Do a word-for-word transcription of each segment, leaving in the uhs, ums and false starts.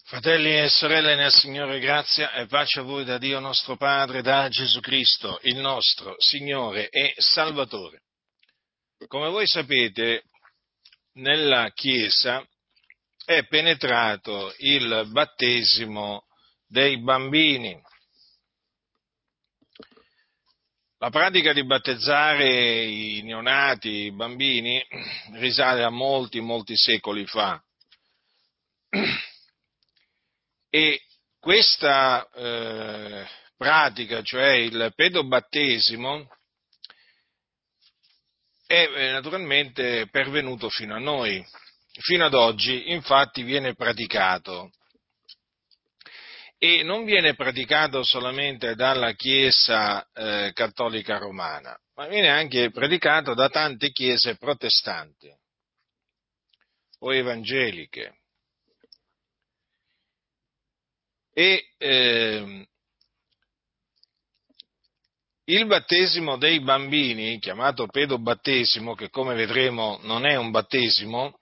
Fratelli e sorelle nel Signore, grazia e pace a voi da Dio nostro Padre, da Gesù Cristo, il nostro Signore e Salvatore. Come voi sapete, nella Chiesa è penetrato il battesimo dei bambini. La pratica di battezzare i neonati, i bambini, risale a molti, molti secoli fa. E questa eh, pratica, cioè il pedobattesimo, è eh, naturalmente pervenuto fino a noi. Fino ad oggi, infatti, viene praticato. E non viene praticato solamente dalla Chiesa eh, cattolica romana, ma viene anche praticato da tante chiese protestanti o evangeliche. E eh, il battesimo dei bambini, chiamato pedobattesimo, che come vedremo non è un battesimo,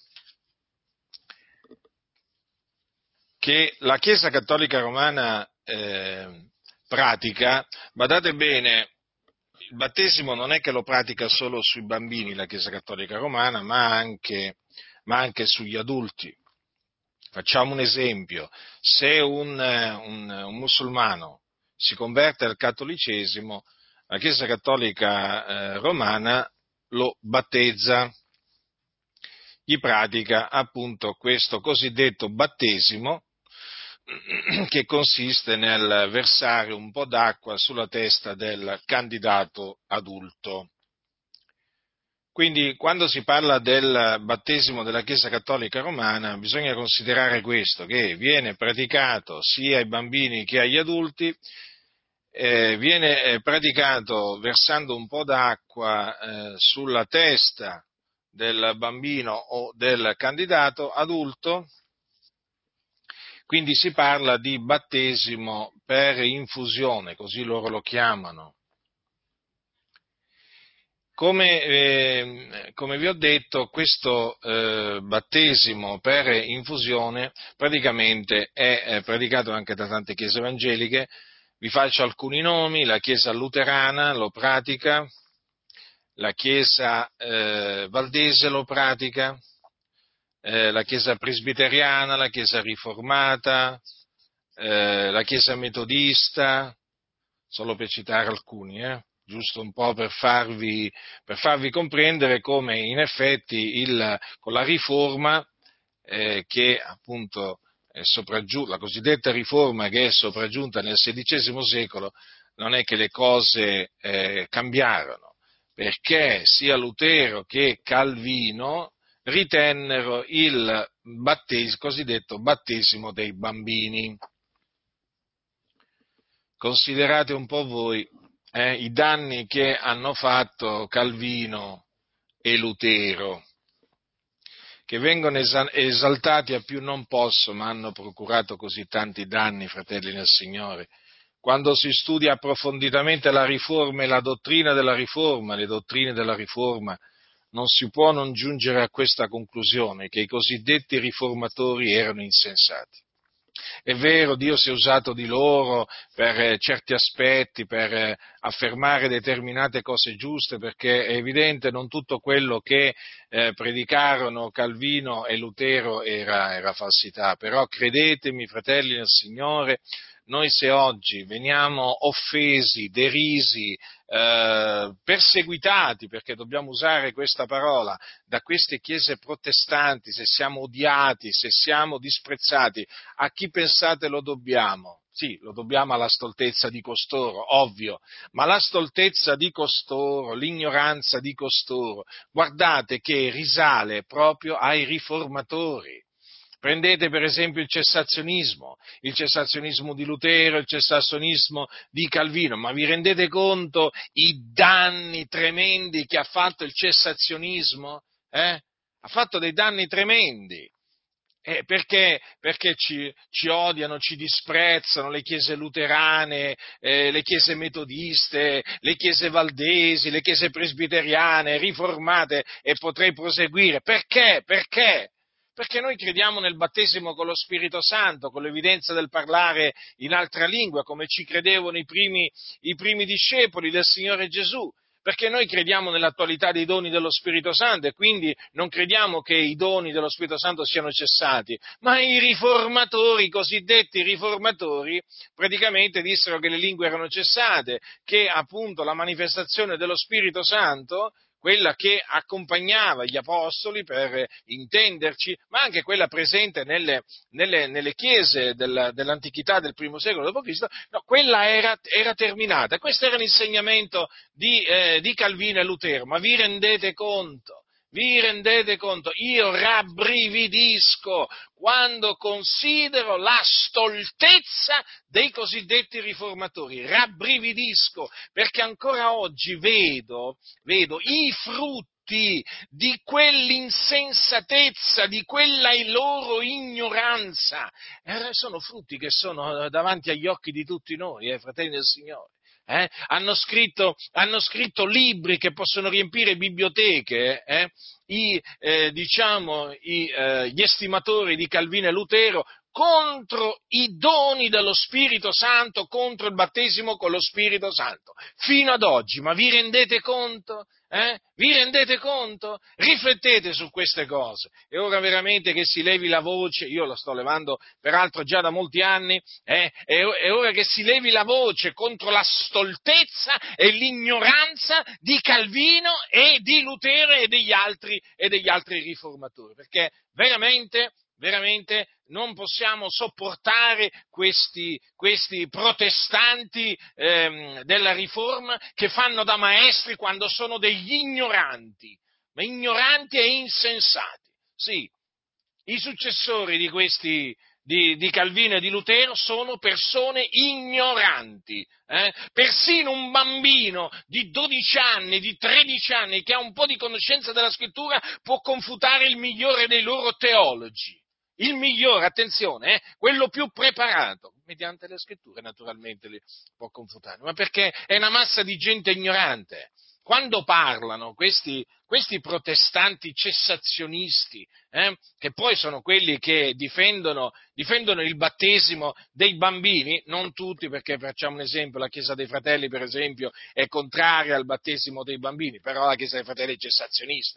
che la Chiesa Cattolica Romana eh, pratica, badate bene, il battesimo non è che lo pratica solo sui bambini la Chiesa Cattolica Romana, ma anche, ma anche sugli adulti. Facciamo un esempio: se un, un, un musulmano si converte al cattolicesimo, la Chiesa Cattolica eh, Romana lo battezza, gli pratica appunto questo cosiddetto battesimo, che consiste nel versare un po' d'acqua sulla testa del candidato adulto. Quindi, quando si parla del battesimo della Chiesa Cattolica Romana, bisogna considerare questo, che viene praticato sia ai bambini che agli adulti, eh, viene eh, praticato versando un po' d'acqua eh, sulla testa del bambino o del candidato adulto. Quindi si parla di battesimo per infusione, così loro lo chiamano. Come, eh, come vi ho detto, questo eh, battesimo per infusione praticamente è eh, praticato anche da tante chiese evangeliche. Vi faccio alcuni nomi: la Chiesa Luterana lo pratica, la Chiesa eh, Valdese lo pratica, eh, la Chiesa Presbiteriana, la Chiesa Riformata, eh, la Chiesa Metodista, solo per citare alcuni, eh? Giusto un po' per farvi, per farvi comprendere come in effetti il, con la riforma eh, che appunto è sopraggiunta, la cosiddetta riforma che è sopraggiunta nel sedicesimo secolo, non è che le cose eh, cambiarono, perché sia Lutero che Calvino ritennero il battes- cosiddetto battesimo dei bambini. Considerate un po' voi eh, i danni che hanno fatto Calvino e Lutero, che vengono esaltati a più non posso, ma hanno procurato così tanti danni, fratelli nel Signore. Quando si studia approfonditamente la riforma e la dottrina della riforma, le dottrine della riforma, non si può non giungere a questa conclusione, che i cosiddetti riformatori erano insensati. È vero, Dio si è usato di loro per eh, certi aspetti, per eh, affermare determinate cose giuste, perché è evidente non tutto quello che eh, predicarono Calvino e Lutero era, era falsità, però credetemi, fratelli nel Signore, noi se oggi veniamo offesi, derisi, eh, perseguitati, perché dobbiamo usare questa parola, da queste chiese protestanti, se siamo odiati, se siamo disprezzati, a chi pensate lo dobbiamo? Sì, lo dobbiamo alla stoltezza di costoro, ovvio, ma la stoltezza di costoro, l'ignoranza di costoro, guardate che risale proprio ai riformatori. Prendete per esempio il cessazionismo, il cessazionismo di Lutero, il cessazionismo di Calvino, ma vi rendete conto i danni tremendi che ha fatto il cessazionismo? Eh? Ha fatto dei danni tremendi. Eh, perché perché ci, ci odiano, ci disprezzano le chiese luterane, eh, le chiese metodiste, le chiese valdesi, le chiese presbiteriane, riformate, e potrei proseguire. Perché? Perché? Perché noi crediamo nel battesimo con lo Spirito Santo, con l'evidenza del parlare in altra lingua, come ci credevano i primi, i primi discepoli del Signore Gesù. Perché noi crediamo nell'attualità dei doni dello Spirito Santo e quindi non crediamo che i doni dello Spirito Santo siano cessati, ma i riformatori, i cosiddetti riformatori, praticamente dissero che le lingue erano cessate, che appunto la manifestazione dello Spirito Santo, quella che accompagnava gli apostoli per intenderci, ma anche quella presente nelle, nelle, nelle chiese del, dell'antichità del primo secolo dopo Cristo, no, quella era, era terminata. Questo era l'insegnamento di, eh, di Calvino e Lutero, ma vi rendete conto? Vi rendete conto? Io rabbrividisco quando considero la stoltezza dei cosiddetti riformatori, rabbrividisco perché ancora oggi vedo, vedo i frutti di quell'insensatezza, di quella loro ignoranza. Eh, sono frutti che sono davanti agli occhi di tutti noi, eh, fratelli del Signore. Eh? Hanno scritto, hanno scritto libri che possono riempire biblioteche, eh? I, eh, diciamo, i, eh, gli estimatori di Calvino e Lutero contro i doni dello Spirito Santo, contro il battesimo con lo Spirito Santo, fino ad oggi. Ma vi rendete conto? Eh? Vi rendete conto? Riflettete su queste cose. È ora veramente che si levi la voce, io la sto levando peraltro già da molti anni, eh? è, è ora che si levi la voce contro la stoltezza e l'ignoranza di Calvino e di Lutero e degli altri, e degli altri riformatori, perché veramente... Veramente non possiamo sopportare questi, questi protestanti ehm, della Riforma che fanno da maestri quando sono degli ignoranti, ma ignoranti e insensati. Sì, i successori di questi, di, di Calvino e di Lutero sono persone ignoranti. Eh? Persino un bambino di dodici anni, di tredici anni, che ha un po' di conoscenza della scrittura, può confutare il migliore dei loro teologi. Il migliore, attenzione, eh, quello più preparato, mediante le scritture naturalmente li può confutare, ma perché è una massa di gente ignorante. Quando parlano questi, questi protestanti cessazionisti, eh, che poi sono quelli che difendono, difendono il battesimo dei bambini, non tutti, perché facciamo un esempio, la Chiesa dei Fratelli per esempio è contraria al battesimo dei bambini, però la Chiesa dei Fratelli è cessazionista.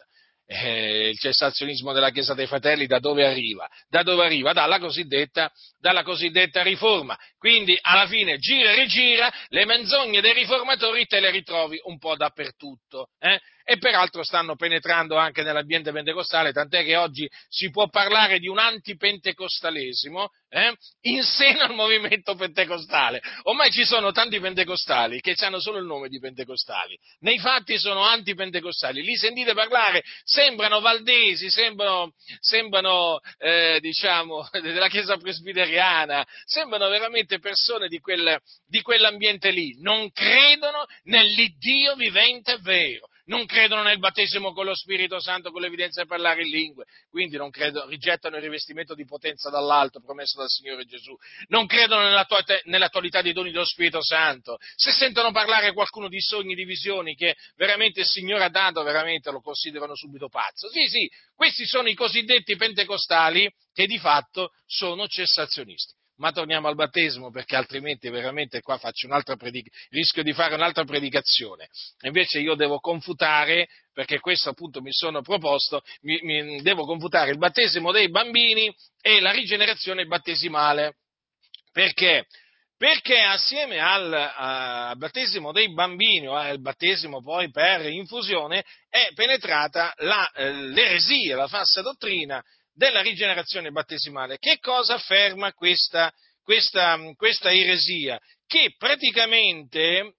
Eh, il cessazionismo della Chiesa dei Fratelli da dove arriva? Da dove arriva? Dalla cosiddetta, dalla cosiddetta riforma. Quindi alla fine gira e rigira, le menzogne dei riformatori te le ritrovi un po' dappertutto. Eh? E peraltro stanno penetrando anche nell'ambiente pentecostale, tant'è che oggi si può parlare di un antipentecostalesimo eh, in seno al movimento pentecostale. Ormai ci sono tanti pentecostali che hanno solo il nome di pentecostali, nei fatti sono antipentecostali, li sentite parlare, sembrano valdesi, sembrano, sembrano eh, diciamo, della Chiesa presbiteriana, sembrano veramente persone di, quel, di quell'ambiente lì, non credono nell'Iddio vivente e vero. Non credono nel battesimo con lo Spirito Santo, con l'evidenza di parlare in lingue, quindi non credo, rigettano il rivestimento di potenza dall'alto promesso dal Signore Gesù, non credono nell'attualità dei doni dello Spirito Santo, se sentono parlare qualcuno di sogni, di visioni che veramente il Signore ha dato, veramente lo considerano subito pazzo. Sì, sì, questi sono i cosiddetti pentecostali che di fatto sono cessazionisti. Ma torniamo al battesimo, perché altrimenti veramente qua faccio un'altra predica, rischio di fare un'altra predicazione. Invece io devo confutare, perché questo appunto mi sono proposto, mi, mi, devo confutare il battesimo dei bambini e la rigenerazione battesimale. Perché? Perché assieme al, al battesimo dei bambini o al battesimo poi per infusione è penetrata la, eh, l'eresia, la falsa dottrina della rigenerazione battesimale. Che cosa afferma questa, questa, questa eresia? Che praticamente,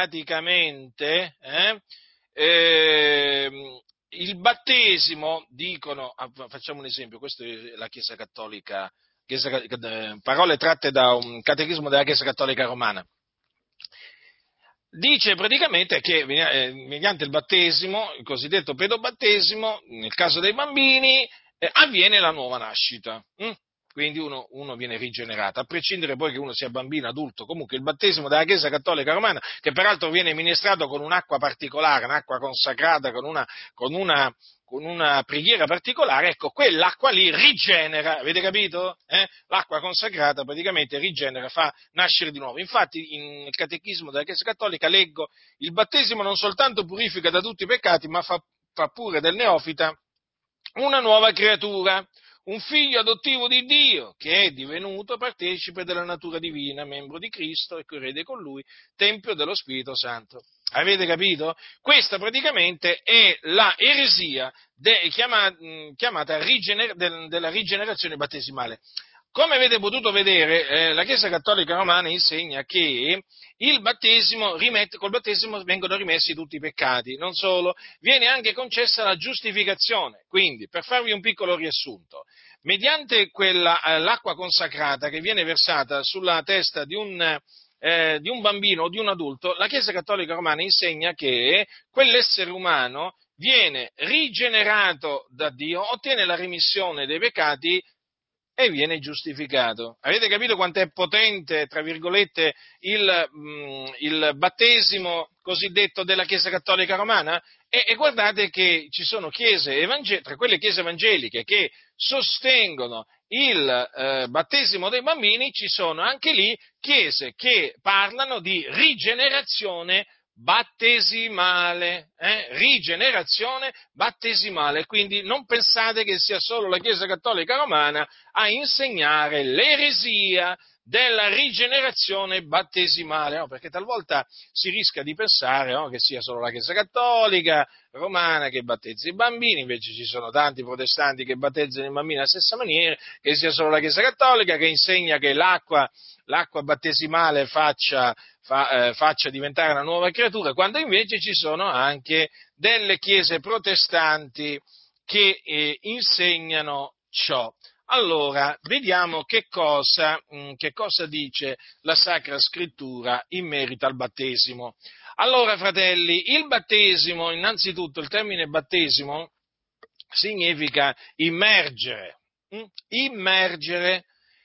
praticamente eh, eh, il battesimo, dicono, facciamo un esempio, questa è la Chiesa Cattolica, Chiesa, parole tratte da un catechismo della Chiesa Cattolica Romana. Dice praticamente che eh, mediante il battesimo, il cosiddetto pedobattesimo, nel caso dei bambini, eh, avviene la nuova nascita. Hm? Quindi uno, uno viene rigenerato, a prescindere poi che uno sia bambino, adulto. Comunque il battesimo della Chiesa Cattolica Romana, che peraltro viene ministrato con un'acqua particolare, un'acqua consacrata, con una, con una, con una preghiera particolare, ecco, quell'acqua lì rigenera, avete capito? Eh? L'acqua consacrata praticamente rigenera, fa nascere di nuovo. Infatti, in- nel Catechismo della Chiesa Cattolica leggo: il battesimo non soltanto purifica da tutti i peccati, ma fa, fa pure del neofita una nuova creatura, un figlio adottivo di Dio, che è divenuto partecipe della natura divina, membro di Cristo e coerede con Lui, Tempio dello Spirito Santo. Avete capito? Questa praticamente è la eresia de, chiama, chiamata rigener, del, della rigenerazione battesimale. Come avete potuto vedere, eh, la Chiesa Cattolica Romana insegna che il battesimo rimette, col battesimo vengono rimessi tutti i peccati, non solo, viene anche concessa la giustificazione. Quindi, per farvi un piccolo riassunto, mediante quella, eh, l'acqua consacrata che viene versata sulla testa di un, eh, di un bambino o di un adulto, la Chiesa Cattolica Romana insegna che quell'essere umano viene rigenerato da Dio, ottiene la remissione dei peccati e viene giustificato. Avete capito quanto è potente, tra virgolette, il, mh, il battesimo cosiddetto della Chiesa Cattolica Romana? E, e guardate che ci sono chiese evangeliche, tra quelle chiese evangeliche che sostengono il eh, battesimo dei bambini, ci sono anche lì chiese che parlano di rigenerazione battesimale, eh? rigenerazione battesimale, quindi non pensate che sia solo la Chiesa Cattolica Romana a insegnare l'eresia della rigenerazione battesimale, no? Perché talvolta si rischia di pensare, no, che sia solo la Chiesa Cattolica Romana che battezza i bambini, invece ci sono tanti protestanti che battezzano i bambini alla stessa maniera, che sia solo la Chiesa Cattolica che insegna che l'acqua, l'acqua battesimale faccia Fa, eh, faccia diventare una nuova creatura, quando invece ci sono anche delle chiese protestanti che eh, insegnano ciò. Allora, vediamo che cosa, mh, che cosa dice la Sacra Scrittura in merito al battesimo. Allora, fratelli, il battesimo, innanzitutto il termine battesimo significa immergere, mh? immergere.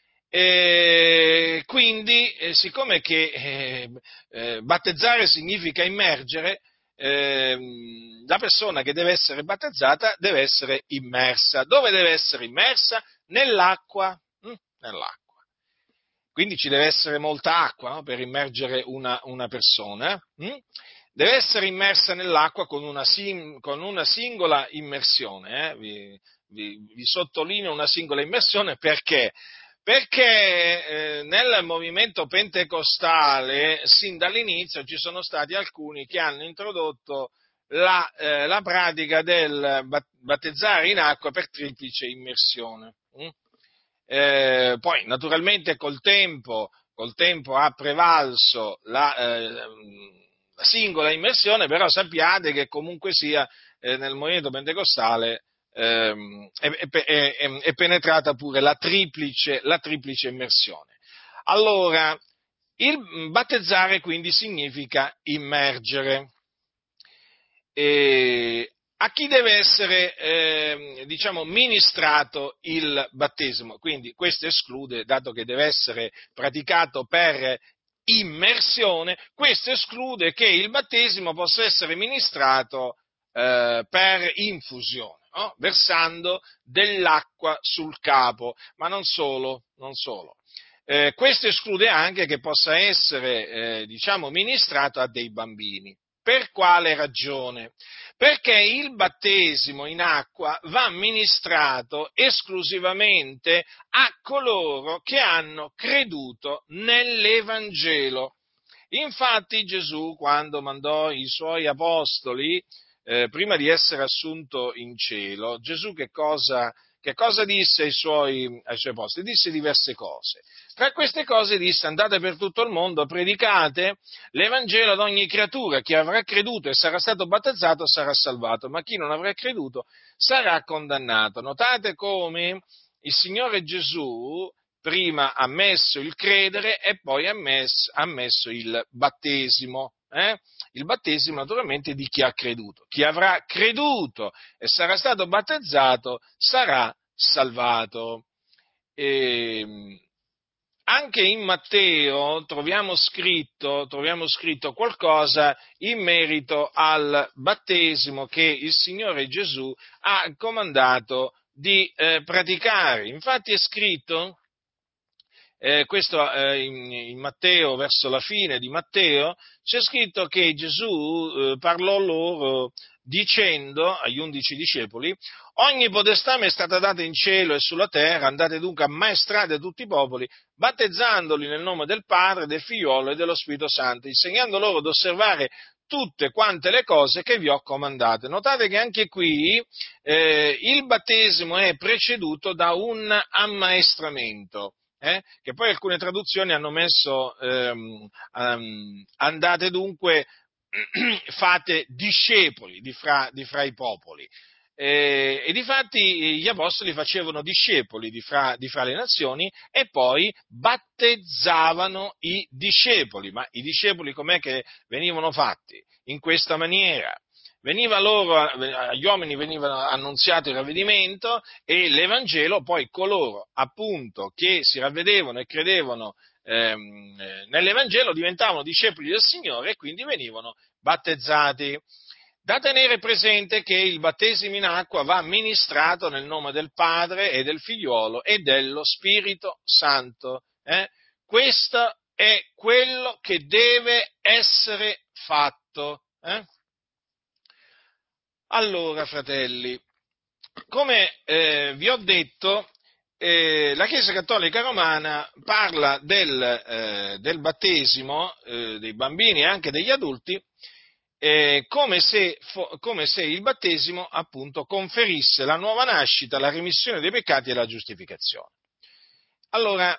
E quindi, eh, siccome che eh, eh, battezzare significa immergere, eh, la persona che deve essere battezzata deve essere immersa. Dove deve essere immersa? Nell'acqua. Hm? Nell'acqua. Quindi ci deve essere molta acqua, no? Per immergere una, una persona. Hm? Deve essere immersa nell'acqua con una, sim, con una singola immersione. Eh? Vi, vi, vi sottolineo una singola immersione perché? Perché eh, nel movimento pentecostale, sin dall'inizio, ci sono stati alcuni che hanno introdotto la, eh, la pratica del battezzare in acqua per triplice immersione. Mm? Eh, poi, naturalmente, col tempo, col tempo ha prevalso la, eh, la singola immersione, però sappiate che comunque sia eh, nel movimento pentecostale Ehm, è, è, è, è penetrata pure la triplice, la triplice immersione. Allora, il battezzare quindi significa immergere. E a chi deve essere, eh, diciamo, ministrato il battesimo? Quindi questo esclude, dato che deve essere praticato per immersione, questo esclude che il battesimo possa essere ministrato eh, per infusione. No? Versando dell'acqua sul capo, ma non solo, non solo. Eh, questo esclude anche che possa essere, eh, diciamo, ministrato a dei bambini. Per quale ragione? Perché il battesimo in acqua va ministrato esclusivamente a coloro che hanno creduto nell'Evangelo. Infatti Gesù, quando mandò i suoi apostoli, Eh, prima di essere assunto in cielo, Gesù che cosa, che cosa disse ai suoi, ai suoi apostoli? Disse diverse cose. Tra queste cose disse: andate per tutto il mondo, predicate l'Evangelo ad ogni creatura, chi avrà creduto e sarà stato battezzato sarà salvato, ma chi non avrà creduto sarà condannato. Notate come il Signore Gesù prima ha messo il credere e poi ha messo, ha messo il battesimo. Eh? Il battesimo naturalmente di chi ha creduto. Chi avrà creduto e sarà stato battezzato sarà salvato. E, anche in Matteo troviamo scritto, troviamo scritto qualcosa in merito al battesimo che il Signore Gesù ha comandato di eh, praticare. Infatti è scritto, eh, questo eh, in, in Matteo, verso la fine di Matteo, c'è scritto che Gesù eh, parlò loro dicendo agli undici discepoli: ogni potestà mi è stata data in cielo e sulla terra, andate dunque, ammaestrate tutti i popoli, battezzandoli nel nome del Padre, del Figliolo e dello Spirito Santo, insegnando loro ad osservare tutte quante le cose che vi ho comandate. Notate che anche qui eh, il battesimo è preceduto da un ammaestramento. Eh? Che poi alcune traduzioni hanno messo ehm, um, andate dunque, fate discepoli di fra, di fra i popoli. Eh, e difatti gli apostoli facevano discepoli di fra, di fra le nazioni e poi battezzavano i discepoli. Ma i discepoli com'è che venivano fatti? In questa maniera. Veniva loro, agli uomini veniva annunziato il ravvedimento e l'Evangelo, poi coloro appunto che si ravvedevano e credevano ehm, nell'Evangelo diventavano discepoli del Signore e quindi venivano battezzati. Da tenere presente che il battesimo in acqua va ministrato nel nome del Padre e del Figliolo e dello Spirito Santo. Eh? Questo è quello che deve essere fatto. Eh? Allora, fratelli, come eh, vi ho detto, eh, la Chiesa Cattolica Romana parla del, eh, del battesimo eh, dei bambini e anche degli adulti eh, come, se, fo, come se il battesimo appunto conferisse la nuova nascita, la remissione dei peccati e la giustificazione. Allora,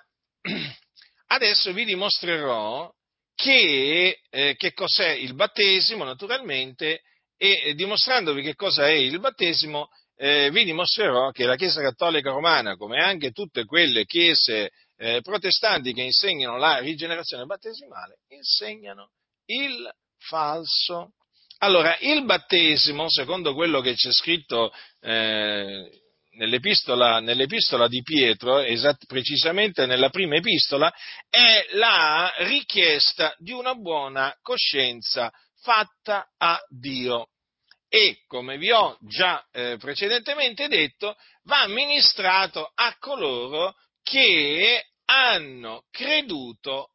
adesso vi dimostrerò che, eh, che cos'è il battesimo, naturalmente, e eh, dimostrandovi che cosa è il battesimo, eh, vi dimostrerò che la Chiesa Cattolica Romana, come anche tutte quelle chiese eh, protestanti che insegnano la rigenerazione battesimale, insegnano il falso. Allora, il battesimo, secondo quello che c'è scritto eh, nell'epistola, nell'epistola di Pietro, esatt- precisamente nella prima epistola, è la richiesta di una buona coscienza fatta a Dio. E, come vi ho già eh, precedentemente detto, va ministrato a coloro che hanno creduto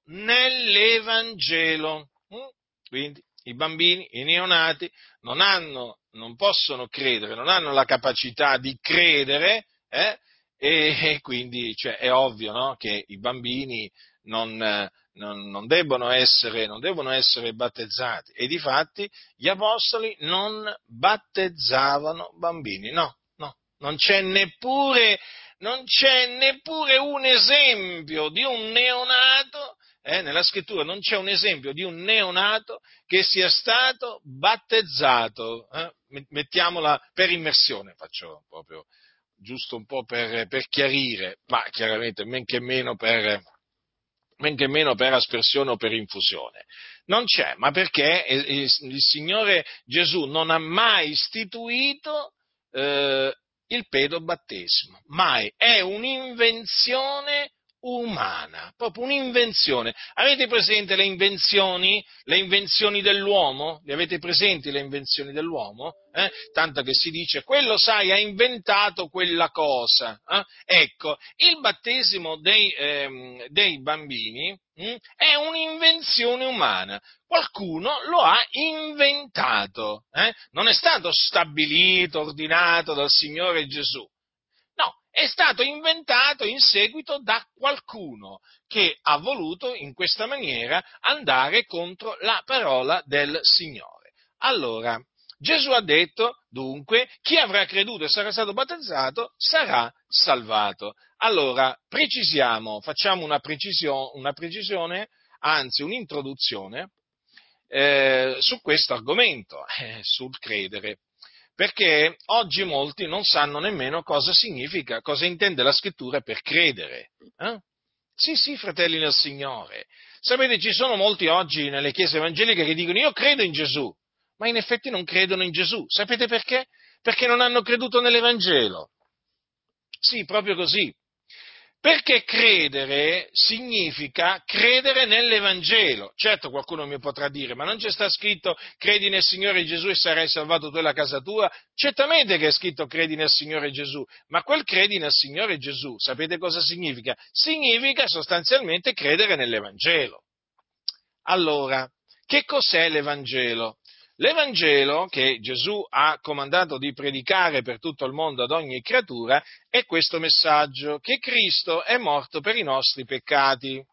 nell'Evangelo. Mm? Quindi i bambini, i neonati, non hanno, non possono credere, non hanno la capacità di credere, eh? e, e quindi cioè, è ovvio, no? Che i bambini non, eh, non, non, debbono essere, non debbono essere battezzati. E difatti gli apostoli non battezzavano bambini, no, no, non c'è neppure, non c'è neppure un esempio di un neonato. Eh, nella scrittura non c'è un esempio di un neonato che sia stato battezzato, eh? Mettiamola per immersione, faccio proprio giusto un po' per, per chiarire, ma chiaramente men che meno per, men che meno per aspersione o per infusione. Non c'è, ma perché il, il Signore Gesù non ha mai istituito eh, il pedobattesimo, mai, è un'invenzione umana, proprio un'invenzione. Avete presente le invenzioni, le invenzioni dell'uomo? Le avete presenti le invenzioni dell'uomo? Eh? Tanto che si dice, quello sai, ha inventato quella cosa. Eh? Ecco, il battesimo dei, ehm, dei bambini hm, è un'invenzione umana. Qualcuno lo ha inventato, eh? Non è stato stabilito, ordinato dal Signore Gesù. No, è stato inventato in seguito da qualcuno che ha voluto in questa maniera andare contro la parola del Signore. Allora, Gesù ha detto, dunque, chi avrà creduto e sarà stato battezzato sarà salvato. Allora, precisiamo, facciamo una, precisio- una precisione, anzi un'introduzione eh, su questo argomento, eh, sul credere. Perché oggi molti non sanno nemmeno cosa significa, cosa intende la scrittura per credere. Eh? Sì, sì, fratelli nel Signore. Sapete, ci sono molti oggi nelle chiese evangeliche che dicono io credo in Gesù, ma in effetti non credono in Gesù. Sapete perché? Perché non hanno creduto nell'Evangelo. Sì, proprio così. Perché credere significa credere nell'Evangelo. Certo, qualcuno mi potrà dire, ma non c'è sta scritto credi nel Signore Gesù e sarai salvato tu e la casa tua? Certamente che è scritto credi nel Signore Gesù, ma quel credi nel Signore Gesù, sapete cosa significa? Significa sostanzialmente credere nell'Evangelo. Allora, che cos'è l'Evangelo? L'Evangelo che Gesù ha comandato di predicare per tutto il mondo ad ogni creatura è questo messaggio, che Cristo è morto per i nostri peccati,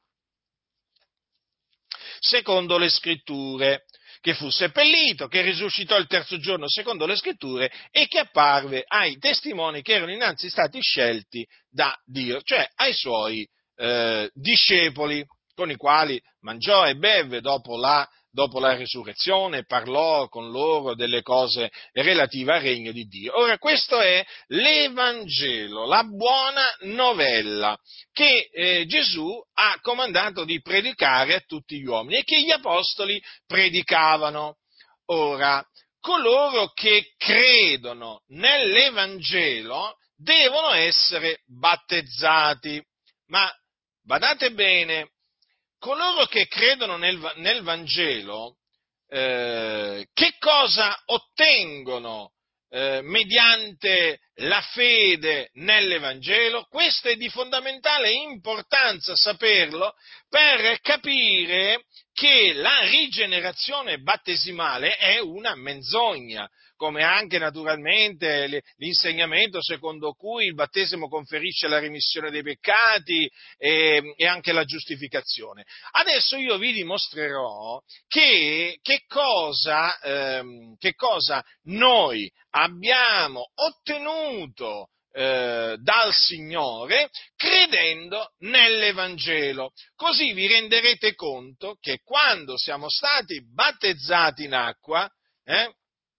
secondo le Scritture, che fu seppellito, che risuscitò il terzo giorno secondo le Scritture e che apparve ai testimoni che erano innanzi stati scelti da Dio, cioè ai suoi eh, discepoli, con i quali mangiò e bevve dopo la, dopo la risurrezione, parlò con loro delle cose relative al regno di Dio. Ora, questo è l'Evangelo, la buona novella che eh, Gesù ha comandato di predicare a tutti gli uomini e che gli apostoli predicavano. Ora, coloro che credono nell'Evangelo devono essere battezzati, ma badate bene, coloro che credono nel, nel Vangelo, eh, che cosa ottengono eh, mediante la fede nell'Evangelo? Questo è di fondamentale importanza saperlo per capire che la rigenerazione battesimale è una menzogna, come anche naturalmente l'insegnamento secondo cui il battesimo conferisce la remissione dei peccati e, e anche la giustificazione. Adesso io vi dimostrerò che, che, cosa, ehm, che cosa noi abbiamo ottenuto eh, dal Signore credendo nell'Evangelo. Così vi renderete conto che quando siamo stati battezzati in acqua, eh,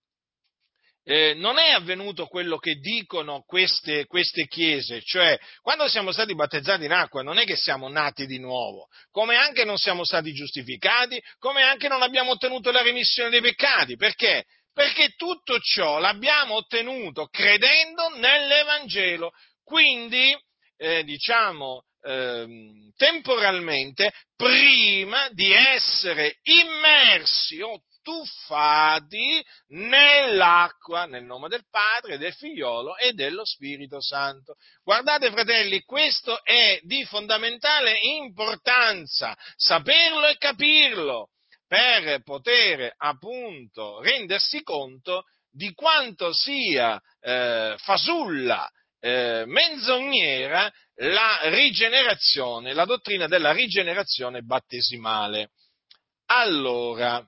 Eh, non è avvenuto quello che dicono queste, queste chiese, cioè quando siamo stati battezzati in acqua non è che siamo nati di nuovo, come anche non siamo stati giustificati, come anche non abbiamo ottenuto la remissione dei peccati. Perché? Perché tutto ciò l'abbiamo ottenuto credendo nell'Evangelo, quindi eh, diciamo ehm, temporalmente prima di essere immersi o tuffati nell'acqua, nel nome del Padre, del Figliolo e dello Spirito Santo. Guardate, fratelli, questo è di fondamentale importanza, saperlo e capirlo, per poter appunto rendersi conto di quanto sia eh, fasulla, eh, menzognera la rigenerazione, la dottrina della rigenerazione battesimale. Allora,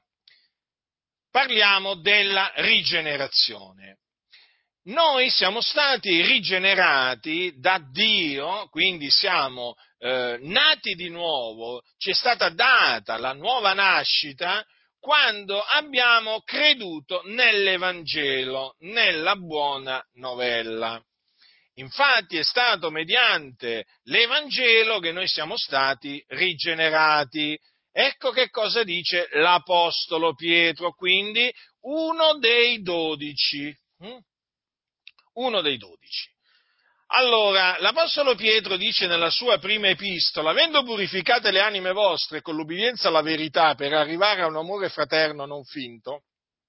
parliamo della rigenerazione. Noi siamo stati rigenerati da Dio, quindi siamo eh, nati di nuovo, ci è stata data la nuova nascita quando abbiamo creduto nell'Evangelo, nella buona novella. Infatti è stato mediante l'Evangelo che noi siamo stati rigenerati. Ecco che cosa dice l'Apostolo Pietro, quindi uno dei dodici. Hm? Uno dei dodici. Allora, l'Apostolo Pietro dice nella sua prima epistola, avendo purificate le anime vostre con l'ubbidienza alla verità per arrivare a un amore fraterno non finto,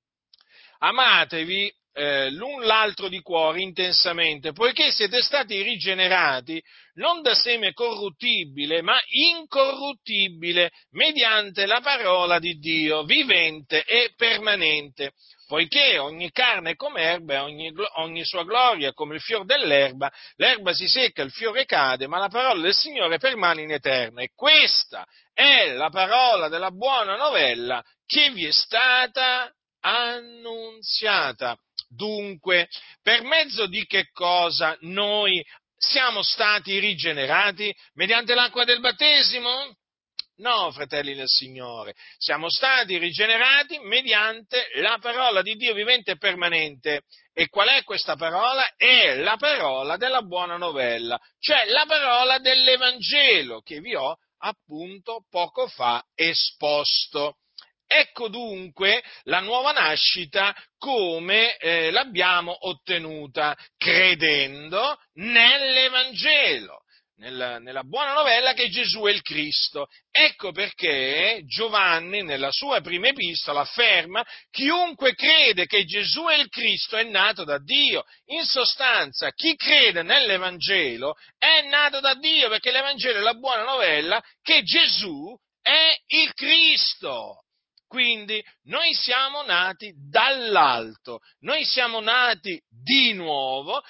amatevi eh, l'un l'altro di cuore intensamente, poiché siete stati rigenerati non da seme corruttibile, ma incorruttibile, mediante la parola di Dio, vivente e permanente. Poiché ogni carne è come erba e ogni, ogni sua gloria è come il fior dell'erba, l'erba si secca, il fiore cade, ma la parola del Signore permane in eterno. E questa è la parola della buona novella che vi è stata annunziata. Dunque, per mezzo di che cosa noi siamo stati rigenerati? Mediante l'acqua del battesimo? No, fratelli del Signore, siamo stati rigenerati mediante la parola di Dio vivente e permanente. E qual è questa parola? È la parola della buona novella, cioè la parola dell'Evangelo che vi ho appunto poco fa esposto. Ecco dunque la nuova nascita come eh, l'abbiamo ottenuta, credendo nell'Evangelo. nella, nella buona novella che Gesù è il Cristo. Ecco perché Giovanni, nella sua prima epistola, afferma: chiunque crede che Gesù è il Cristo è nato da Dio. In sostanza, chi crede nell'Evangelo è nato da Dio, perché l'Evangelo è la buona novella che Gesù è il Cristo. Quindi noi siamo nati dall'alto, noi siamo nati di nuovo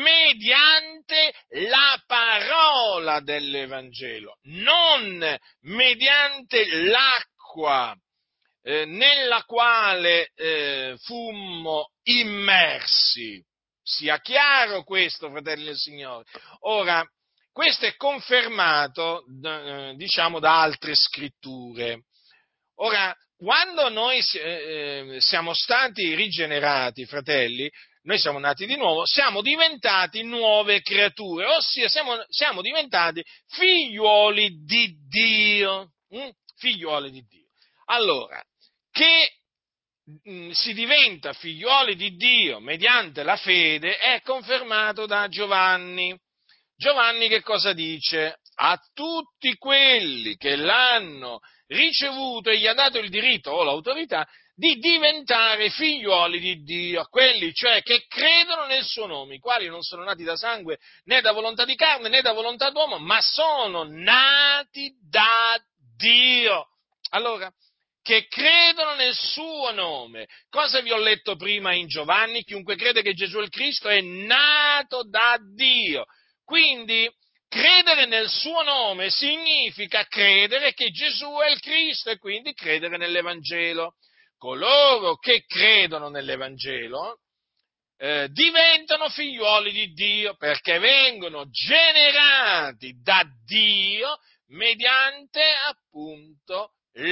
mediante la parola dell'Evangelo, non mediante l'acqua eh, nella quale eh, fummo immersi. Sia chiaro questo, fratelli del Signore. Ora, questo è confermato, eh, diciamo, da altre scritture. Ora, quando noi eh, siamo stati rigenerati, fratelli, noi siamo nati di nuovo, siamo diventati nuove creature, ossia siamo, siamo diventati figliuoli di Dio. Mm? Figliuoli di Dio. Allora, che mh, si diventa figliuoli di Dio mediante la fede è confermato da Giovanni. Giovanni che cosa dice? A tutti quelli che l'hanno ricevuto e gli ha dato il diritto o l'autorità di diventare figliuoli di Dio, a quelli cioè che credono nel suo nome, i quali non sono nati da sangue né da volontà di carne né da volontà d'uomo, ma sono nati da Dio. Allora, che credono nel suo nome. Cosa vi ho letto prima in Giovanni? Chiunque crede che Gesù è il Cristo è nato da Dio. Quindi, credere nel suo nome significa credere che Gesù è il Cristo e quindi credere nell'Evangelo. Coloro che credono nell'Evangelo eh, diventano figliuoli di Dio perché vengono generati da Dio mediante appunto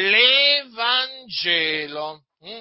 l'Evangelo. Mm?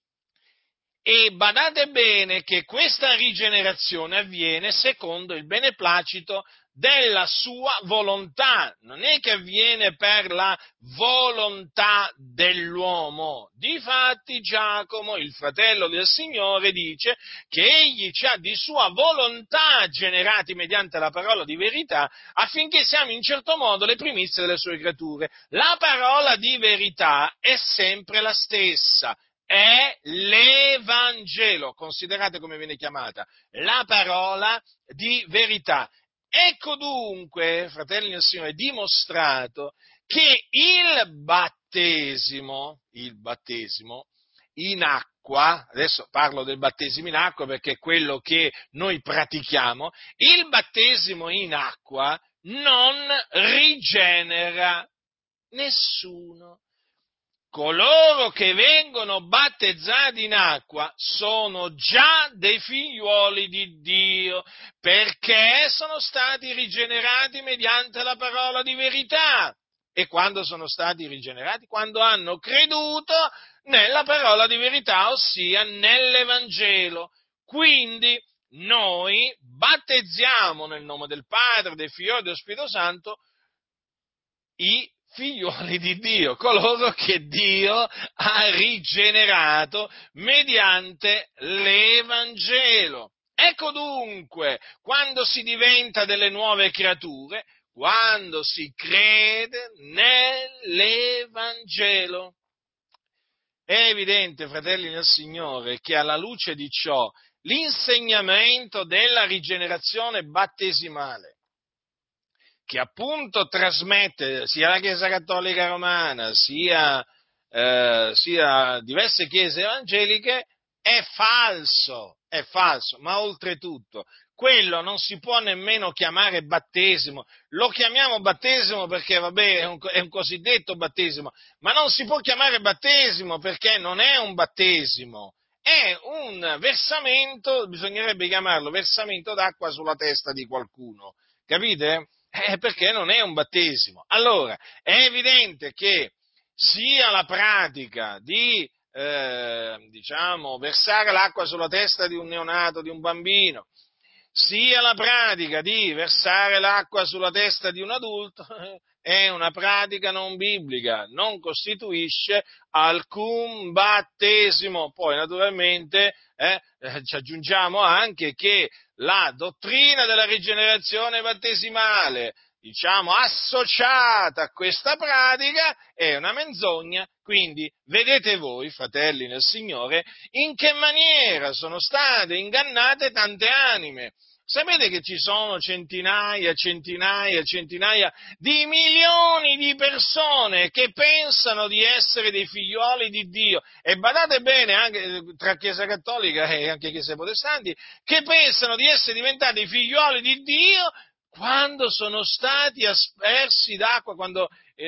E badate bene che questa rigenerazione avviene secondo il beneplacito della sua volontà, non è che avviene per la volontà dell'uomo. Difatti Giacomo, il fratello del Signore, dice che egli ci ha di sua volontà generati mediante la parola di verità affinché siamo in certo modo le primizie delle sue creature. La parola di verità è sempre la stessa. È l'Evangelo, considerate come viene chiamata, la parola di verità. Ecco dunque, fratelli del Signore, dimostrato che il battesimo, il battesimo in acqua, adesso parlo del battesimo in acqua perché è quello che noi pratichiamo, il battesimo in acqua non rigenera nessuno. Coloro che vengono battezzati in acqua sono già dei figliuoli di Dio, perché sono stati rigenerati mediante la parola di verità. E quando sono stati rigenerati? Quando hanno creduto nella parola di verità, ossia nell'Evangelo. Quindi noi battezziamo nel nome del Padre, del Figlio e dello Spirito Santo i figliuoli di Dio, coloro che Dio ha rigenerato mediante l'Evangelo. Ecco dunque, quando si diventa delle nuove creature, quando si crede nell'Evangelo. È evidente, fratelli nel Signore, che alla luce di ciò, l'insegnamento della rigenerazione battesimale, che appunto trasmette sia la Chiesa Cattolica Romana, sia, eh, sia diverse chiese evangeliche, è falso, è falso, ma oltretutto, quello non si può nemmeno chiamare battesimo, lo chiamiamo battesimo perché, vabbè, è un, è un cosiddetto battesimo, ma non si può chiamare battesimo perché non è un battesimo, è un versamento, bisognerebbe chiamarlo versamento d'acqua sulla testa di qualcuno, capite? Eh, perché non è un battesimo. Allora, è evidente che sia la pratica di, eh, diciamo, versare l'acqua sulla testa di un neonato, di un bambino, sia la pratica di versare l'acqua sulla testa di un adulto, è una pratica non biblica, non costituisce alcun battesimo. Poi, naturalmente, eh, ci aggiungiamo anche che la dottrina della rigenerazione battesimale diciamo, associata a questa pratica è una menzogna. Quindi vedete voi, fratelli nel Signore, in che maniera sono state ingannate tante anime. Sapete che ci sono centinaia, centinaia, centinaia di milioni di persone che pensano di essere dei figlioli di Dio, e badate bene, anche tra Chiesa Cattolica e anche Chiese Protestanti, che pensano di essere diventati figlioli di Dio quando sono stati aspersi d'acqua, quando,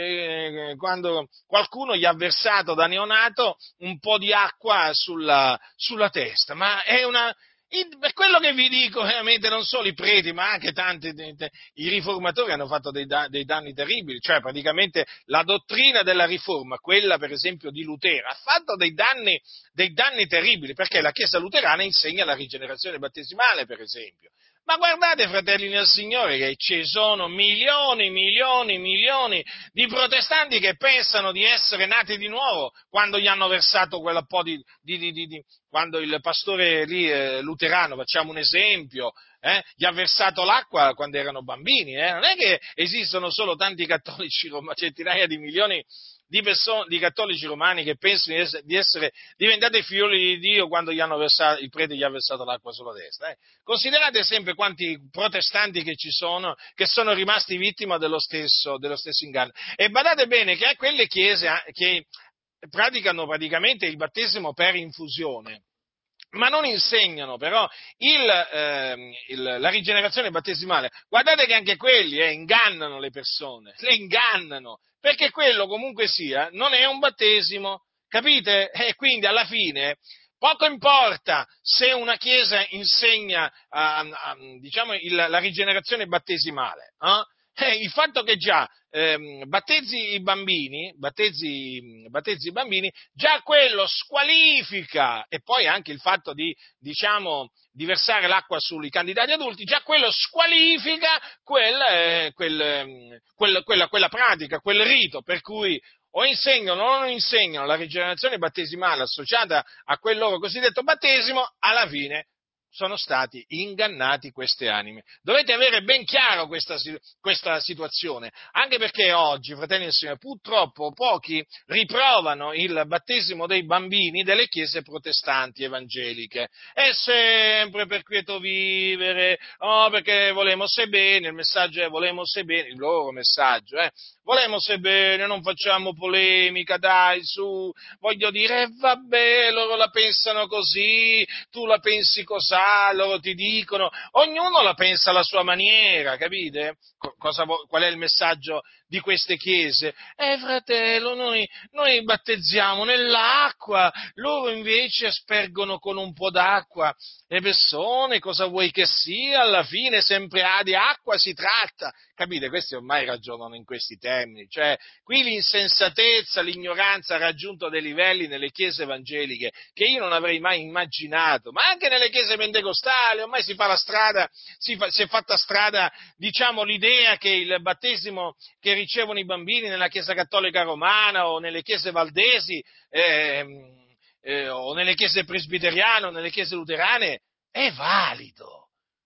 eh, quando qualcuno gli ha versato da neonato un po' di acqua sulla, sulla testa. Ma è una... Per quello che vi dico, veramente, non solo i preti, ma anche tanti, i riformatori hanno fatto dei, dei danni terribili, cioè praticamente la dottrina della riforma, quella per esempio di Lutero, ha fatto dei danni, dei danni terribili, perché la Chiesa luterana insegna la rigenerazione battesimale, per esempio. Ma guardate, fratelli nel Signore, che ci sono milioni, milioni, milioni di protestanti che pensano di essere nati di nuovo quando gli hanno versato quella po' di, di, di, di, di quando il pastore lì, eh, luterano, facciamo un esempio, eh, gli ha versato l'acqua quando erano bambini. Eh? Non è che esistono solo tanti cattolici romani, centinaia di milioni di, persone, di cattolici romani che pensano di essere, di essere diventati figlioli di Dio quando gli hanno versato, il prete gli ha versato l'acqua sulla testa. Eh. Considerate sempre quanti protestanti che ci sono, che sono rimasti vittima dello stesso, dello stesso inganno. E badate bene che a quelle chiese che praticano praticamente il battesimo per infusione, ma non insegnano però il, eh, il, la rigenerazione battesimale, guardate che anche quelli eh, ingannano le persone, le ingannano, perché quello comunque sia, non è un battesimo, capite? E quindi alla fine poco importa se una chiesa insegna uh, uh, diciamo il, la rigenerazione battesimale, eh? Eh, il fatto che già ehm, battezzi i bambini, battezzi, battezzi i bambini, già quello squalifica, e poi anche il fatto di, diciamo, di versare l'acqua sui candidati adulti, già quello squalifica quel, eh, quel, quel, quella, quella pratica, quel rito, per cui o insegnano o non insegnano la rigenerazione battesimale associata a quel loro cosiddetto battesimo, alla fine sono stati ingannati queste anime. Dovete avere ben chiaro questa, questa situazione, anche perché oggi, fratelli del Signore, purtroppo pochi riprovano il battesimo dei bambini delle chiese protestanti evangeliche. È sempre per quieto vivere, oh, perché volemo se bene, il messaggio è volemo se bene, il loro messaggio, eh. Volemo se bene, non facciamo polemica, dai, su, voglio dire, eh, vabbè, loro la pensano così, tu la pensi cos'ha, loro ti dicono, ognuno la pensa alla sua maniera, capite? Cosa, qual è il messaggio di queste chiese? Eh, fratello, noi, noi battezziamo nell'acqua, loro invece aspergono con un po' d'acqua le persone, cosa vuoi che sia, alla fine sempre ah, di acqua si tratta, capite? Questi ormai ragionano in questi termini, cioè qui l'insensatezza, l'ignoranza ha raggiunto dei livelli nelle chiese evangeliche che io non avrei mai immaginato, ma anche nelle chiese pentecostali ormai si fa la strada, si, fa, si è fatta strada, diciamo, l'idea che il battesimo che ricevono i bambini nella Chiesa Cattolica Romana o nelle chiese valdesi eh, eh, o nelle chiese presbiteriane o nelle chiese luterane è valido.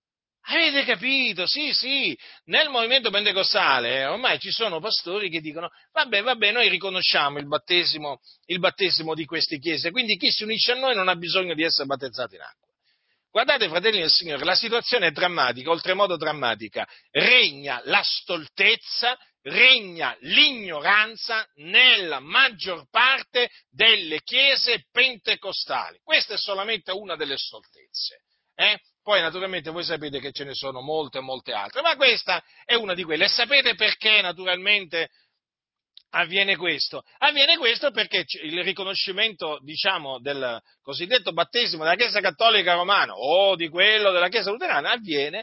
Avete capito? Sì, sì, nel movimento pentecostale ormai ci sono pastori che dicono vabbè, vabbè, noi riconosciamo il battesimo, il battesimo di queste chiese, quindi chi si unisce a noi non ha bisogno di essere battezzato in acqua. Guardate, fratelli del Signore, la situazione è drammatica, oltremodo drammatica, regna la stoltezza, regna l'ignoranza nella maggior parte delle chiese pentecostali. Questa è solamente una delle stoltezze. Eh? Poi naturalmente voi sapete che ce ne sono molte, molte altre, ma questa è una di quelle. E sapete perché naturalmente avviene questo? Avviene questo perché il riconoscimento, diciamo, del cosiddetto battesimo della Chiesa Cattolica Romana o di quello della Chiesa Luterana avviene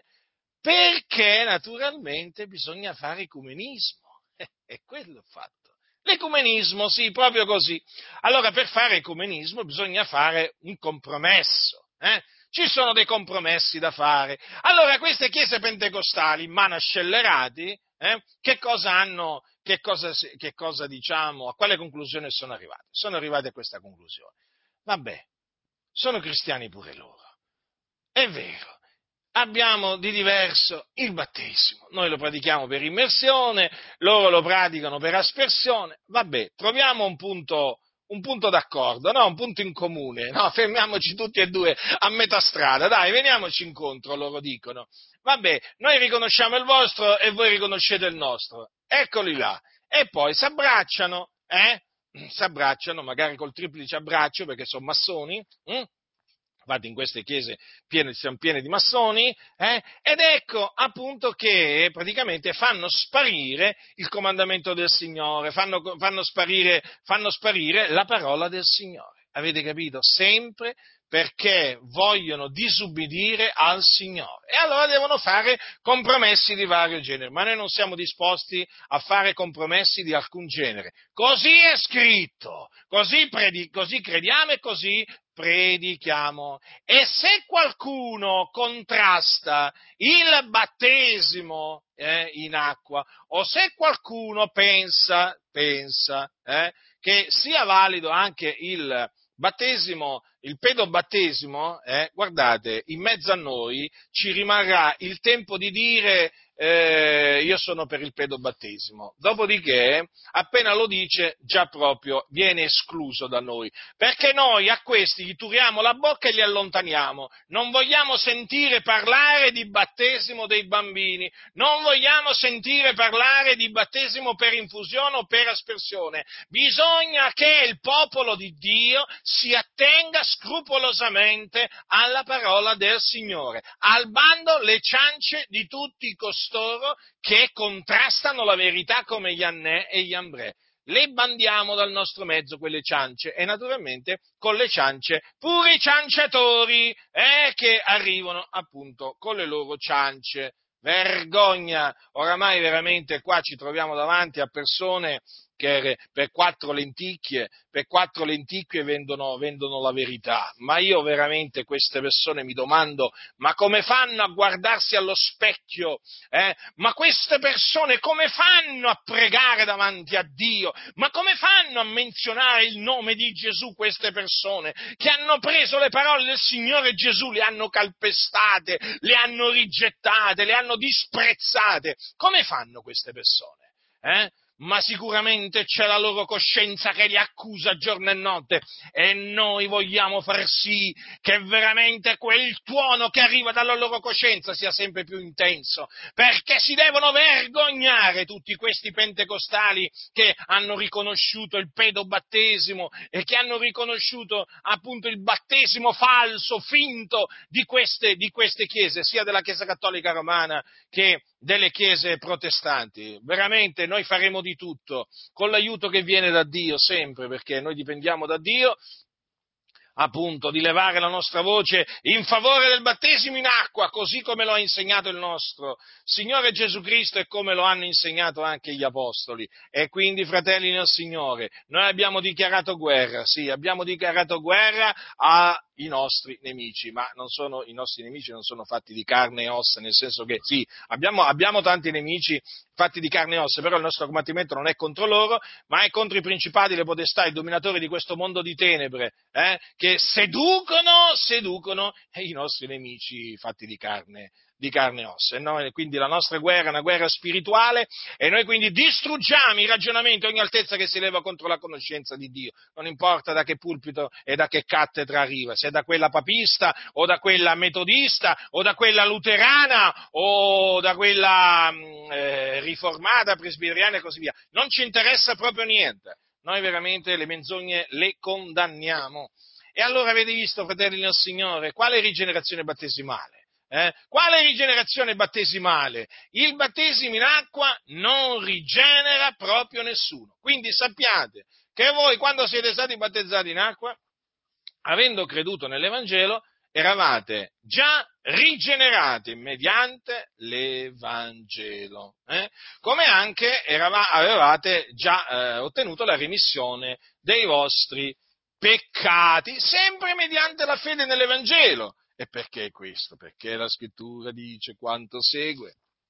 perché naturalmente bisogna fare ecumenismo. E quello è fatto. L'ecumenismo, sì, proprio così. Allora, per fare ecumenismo bisogna fare un compromesso, eh? Ci sono dei compromessi da fare. Allora, queste chiese pentecostali, mano scellerati, eh, che cosa hanno, che cosa, che cosa diciamo, a quale conclusione sono arrivate? Sono arrivate a questa conclusione. Vabbè, sono cristiani pure loro. È vero. abbiamo di diverso il battesimo. Noi lo pratichiamo per immersione, loro lo praticano per aspersione. Vabbè, troviamo un punto, un punto d'accordo, no? Un punto in comune, no? Fermiamoci tutti e due a metà strada, dai, veniamoci incontro, loro dicono. Vabbè, noi riconosciamo il vostro e voi riconoscete il nostro. Eccoli là. E poi si abbracciano, eh? Si abbracciano, magari col triplice abbraccio, perché sono massoni, hm? Infatti in queste chiese piene, siamo piene di massoni, eh? Ed ecco appunto che praticamente fanno sparire il comandamento del Signore, fanno, fanno, sparire, fanno sparire la parola del Signore. Avete capito? Sempre perché vogliono disubbidire al Signore. E allora devono fare compromessi di vario genere, ma noi non siamo disposti a fare compromessi di alcun genere. Così è scritto, così, predi- così crediamo e così predichiamo. E se qualcuno contrasta il battesimo eh, in acqua, o se qualcuno pensa, pensa eh, che sia valido anche il battesimo, il pedobattesimo, eh, guardate, in mezzo a noi ci rimarrà il tempo di dire eh, io sono per il pedobattesimo, dopodiché appena lo dice già proprio viene escluso da noi, perché noi a questi gli turiamo la bocca e li allontaniamo, non vogliamo sentire parlare di battesimo dei bambini, non vogliamo sentire parlare di battesimo per infusione o per aspersione, bisogna che il popolo di Dio si attenga scrupolosamente alla parola del Signore, al bando le ciance di tutti costoro che contrastano la verità come gli Annè e gli Ambrè. Le bandiamo dal nostro mezzo quelle ciance e naturalmente con le ciance pure i cianciatori eh, che arrivano appunto con le loro ciance. Vergogna! Oramai veramente qua ci troviamo davanti a persone che per quattro lenticchie, per quattro lenticchie vendono, vendono la verità. Ma io veramente queste persone mi domando, ma come fanno a guardarsi allo specchio? Eh? Ma queste persone come fanno a pregare davanti a Dio? Ma come fanno a menzionare il nome di Gesù queste persone che hanno preso le parole del Signore Gesù, le hanno calpestate, le hanno rigettate, le hanno disprezzate? Come fanno queste persone? Eh? Ma sicuramente c'è la loro coscienza che li accusa giorno e notte e noi vogliamo far sì che veramente quel tuono che arriva dalla loro coscienza sia sempre più intenso, perché si devono vergognare tutti questi pentecostali che hanno riconosciuto il pedobattesimo e che hanno riconosciuto appunto il battesimo falso, finto di queste, di queste chiese, sia della Chiesa Cattolica Romana che delle chiese protestanti. Veramente noi faremo di tutto, con l'aiuto che viene da Dio sempre, perché noi dipendiamo da Dio, appunto, di levare la nostra voce in favore del battesimo in acqua, così come lo ha insegnato il nostro Signore Gesù Cristo e come lo hanno insegnato anche gli Apostoli. E quindi, fratelli nel Signore, noi abbiamo dichiarato guerra, sì, abbiamo dichiarato guerra ai nostri nemici, ma non sono, i nostri nemici non sono fatti di carne e ossa, nel senso che sì, abbiamo, abbiamo tanti nemici fatti di carne e ossa, però il nostro combattimento non è contro loro, ma è contro i principati, le potestà, i dominatori di questo mondo di tenebre, eh, che seducono, seducono i nostri nemici fatti di carne, di carne e ossa. E noi, quindi la nostra guerra è una guerra spirituale e noi quindi distruggiamo i ragionamenti, ogni altezza che si leva contro la conoscenza di Dio, non importa da che pulpito e da che cattedra arriva, se è da quella papista o da quella metodista o da quella luterana o da quella eh, riformata, presbiteriana e così via, non ci interessa proprio niente, noi veramente le menzogne le condanniamo. E allora avete visto, fratelli del Signore, quale rigenerazione battesimale? Eh? Quale rigenerazione battesimale? Il battesimo in acqua non rigenera proprio nessuno. Quindi sappiate che voi, quando siete stati battezzati in acqua, avendo creduto nell'Evangelo, eravate già rigenerati mediante l'Evangelo, eh? Come anche erava, avevate già eh, ottenuto la remissione dei vostri peccati, sempre mediante la fede nell'Evangelo. E perché questo? Perché la Scrittura dice quanto segue.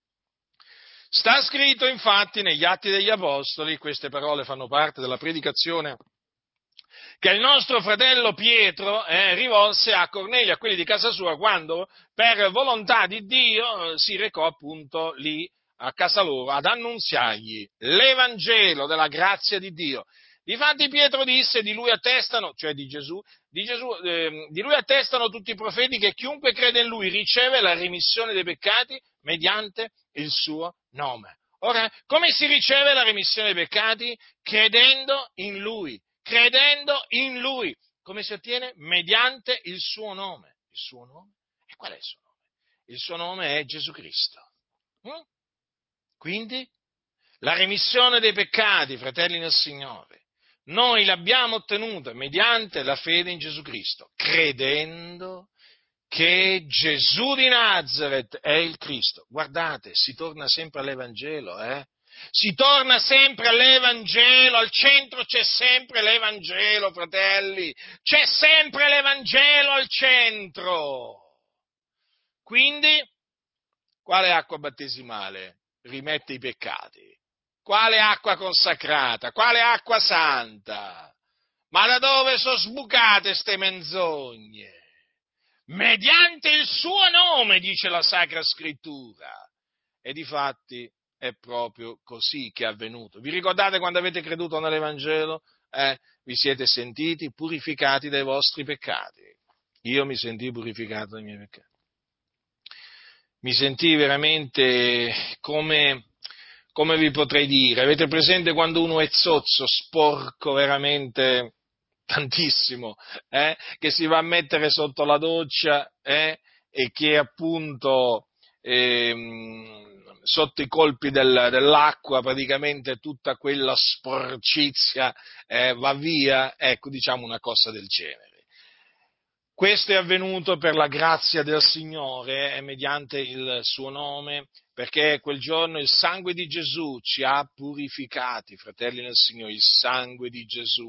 Sta scritto infatti negli Atti degli Apostoli, queste parole fanno parte della predicazione che il nostro fratello Pietro eh, rivolse a Cornelio, a quelli di casa sua, quando per volontà di Dio si recò appunto lì a casa loro ad annunziargli l'Evangelo della grazia di Dio. Difatti Pietro disse, di lui attestano, cioè di Gesù, di, Gesù eh, di lui attestano tutti i profeti che chiunque crede in lui riceve la remissione dei peccati mediante il suo nome. Ora, come si riceve la remissione dei peccati? Credendo in lui, credendo in lui. Come si ottiene? Mediante il suo nome. Il suo nome? E qual è il suo nome? Il suo nome è Gesù Cristo. Mm? Quindi, la remissione dei peccati, fratelli nel Signore, noi l'abbiamo ottenuta mediante la fede in Gesù Cristo, credendo che Gesù di Nazaret è il Cristo. Guardate, si torna sempre all'Evangelo, eh? Si torna sempre all'Evangelo, al centro c'è sempre l'Evangelo, fratelli, c'è sempre l'Evangelo al centro. Quindi, quale acqua battesimale rimette i peccati? Quale acqua consacrata? Quale acqua santa? Ma da dove sono sbucate ste menzogne? Mediante il suo nome, dice la Sacra Scrittura. E difatti è proprio così che è avvenuto. Vi ricordate quando avete creduto nell'Evangelo? Eh, vi siete sentiti purificati dai vostri peccati. Io mi sentii purificato dai miei peccati. Mi sentii veramente come, come vi potrei dire, avete presente quando uno è zozzo, sporco veramente tantissimo, eh? Che si va a mettere sotto la doccia eh? E che appunto ehm, sotto i colpi del, dell'acqua praticamente tutta quella sporcizia eh, va via, ecco, diciamo una cosa del genere. Questo è avvenuto per la grazia del Signore e mediante il suo nome, perché quel giorno il sangue di Gesù ci ha purificati, fratelli nel Signore, il sangue di Gesù,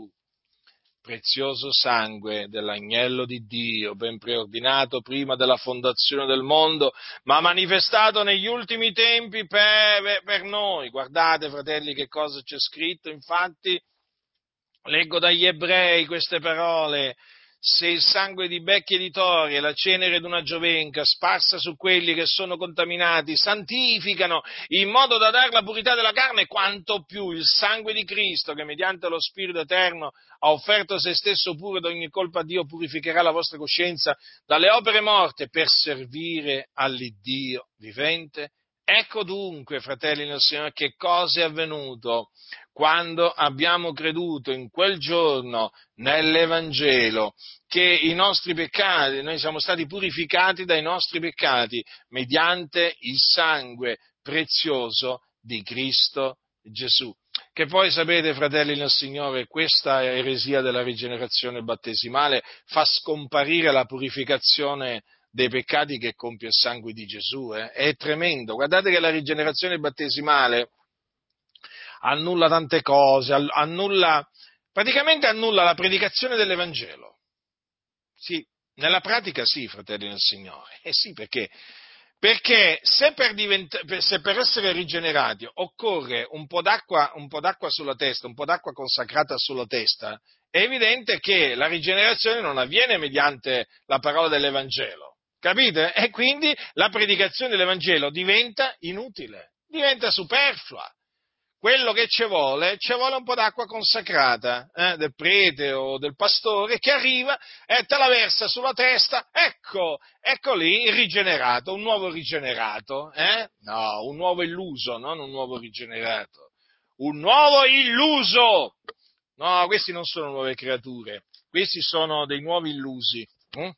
prezioso sangue dell'agnello di Dio, ben preordinato prima della fondazione del mondo, ma manifestato negli ultimi tempi per, per noi. Guardate, fratelli, che cosa c'è scritto, infatti, leggo dagli Ebrei queste parole: se il sangue di becchi e di tori e la cenere d'una giovenca sparsa su quelli che sono contaminati santificano in modo da dar la purità della carne, quanto più il sangue di Cristo, che mediante lo Spirito Eterno ha offerto se stesso pure da ogni colpa a Dio, purificherà la vostra coscienza dalle opere morte per servire all'Iddio vivente. Ecco dunque, fratelli nel Signore, che cosa è avvenuto quando abbiamo creduto in quel giorno nell'Evangelo, che i nostri peccati, noi siamo stati purificati dai nostri peccati mediante il sangue prezioso di Cristo Gesù. Che poi sapete, fratelli nel Signore, questa eresia della rigenerazione battesimale fa scomparire la purificazione dei peccati che compie il sangue di Gesù, eh? È tremendo. Guardate che la rigenerazione battesimale annulla tante cose, annulla, praticamente annulla la predicazione dell'Evangelo. Sì, nella pratica sì, fratelli nel Signore. Eh sì, perché? Perché se per, divent- se per essere rigenerati occorre un po' d'acqua, un po' d'acqua sulla testa, un po' d'acqua consacrata sulla testa, è evidente che la rigenerazione non avviene mediante la parola dell'Evangelo, capite? E quindi la predicazione dell'Evangelo diventa inutile, diventa superflua. Quello che ci vuole, ci vuole un po' d'acqua consacrata, eh, del prete o del pastore, che arriva e te la versa sulla testa, ecco, ecco lì il rigenerato, un nuovo rigenerato, eh? No, un nuovo illuso, non un nuovo rigenerato, un nuovo illuso! No, questi non sono nuove creature, questi sono dei nuovi illusi. Hm?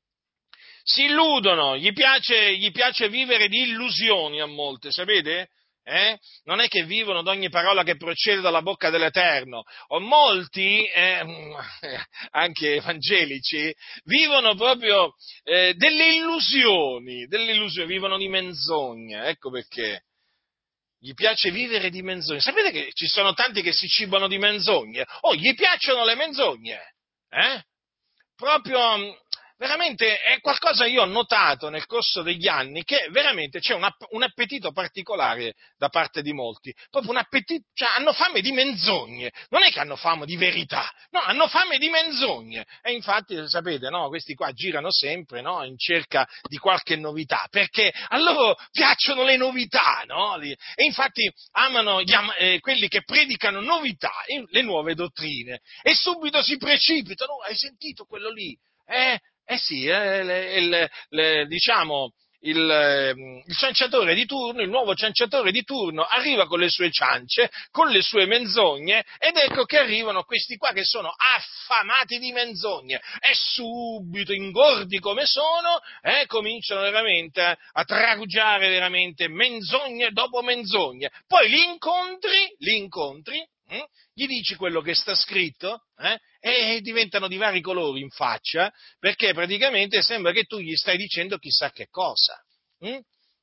Si illudono, gli piace, gli piace vivere di illusioni a molte, sapete? Eh? Non è che vivono d'ogni parola che procede dalla bocca dell'Eterno, o molti, eh, anche evangelici, vivono proprio eh, delle illusioni, delle illusioni, vivono di menzogne, ecco perché. Gli piace vivere di menzogne. Sapete che ci sono tanti che si cibano di menzogne? Oh, gli piacciono le menzogne, eh? Proprio, veramente è qualcosa io ho notato nel corso degli anni, che veramente c'è un, app- un appetito particolare da parte di molti, proprio un appetito, cioè hanno fame di menzogne, non è che hanno fame di verità, no, hanno fame di menzogne, e infatti sapete, no, questi qua girano sempre, no, in cerca di qualche novità, perché a loro piacciono le novità, no, e infatti amano gli am- eh, quelli che predicano novità, le nuove dottrine, e subito si precipitano, hai sentito quello lì? Eh, eh sì, eh, le- il, le- diciamo, il, ehm, il cianciatore di turno, il nuovo cianciatore di turno, arriva con le sue ciance, con le sue menzogne, ed ecco che arrivano questi qua che sono affamati di menzogne, e subito, ingordi come sono, eh, cominciano veramente a trarugiare veramente menzogne dopo menzogne. Poi li incontri, li incontri, hm? Gli dici quello che sta scritto, eh? E diventano di vari colori in faccia, perché praticamente sembra che tu gli stai dicendo chissà che cosa. Hm?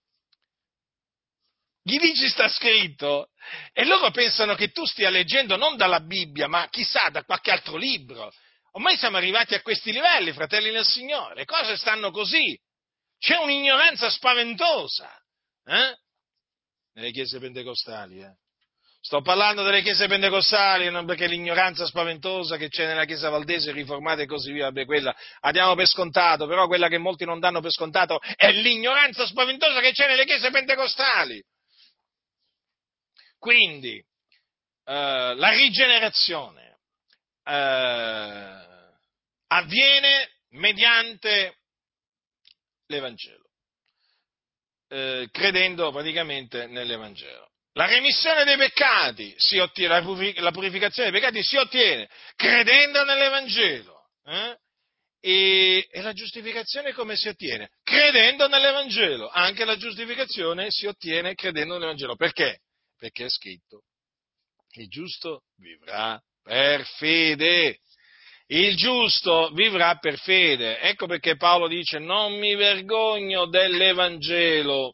Gli dici sta scritto e loro pensano che tu stia leggendo non dalla Bibbia, ma chissà da qualche altro libro. Ormai siamo arrivati a questi livelli, fratelli del Signore, le cose stanno così. C'è un'ignoranza spaventosa, eh? Nelle chiese pentecostali, eh? Sto parlando delle chiese pentecostali, non perché l'ignoranza spaventosa che c'è nella chiesa valdese, riformata e così via, vabbè, quella la diamo per scontato, però quella che molti non danno per scontato è l'ignoranza spaventosa che c'è nelle chiese pentecostali. Quindi, eh, la rigenerazione eh, avviene mediante l'Evangelo. Eh, credendo praticamente nell'Evangelo. La remissione dei peccati si ottiene, la purificazione dei peccati si ottiene credendo nell'Evangelo. Eh? E, e la giustificazione come si ottiene? Credendo nell'Evangelo. Anche la giustificazione si ottiene credendo nell'Evangelo. Perché? Perché è scritto: il giusto vivrà per fede. Il giusto vivrà per fede. Ecco perché Paolo dice: non mi vergogno dell'Evangelo.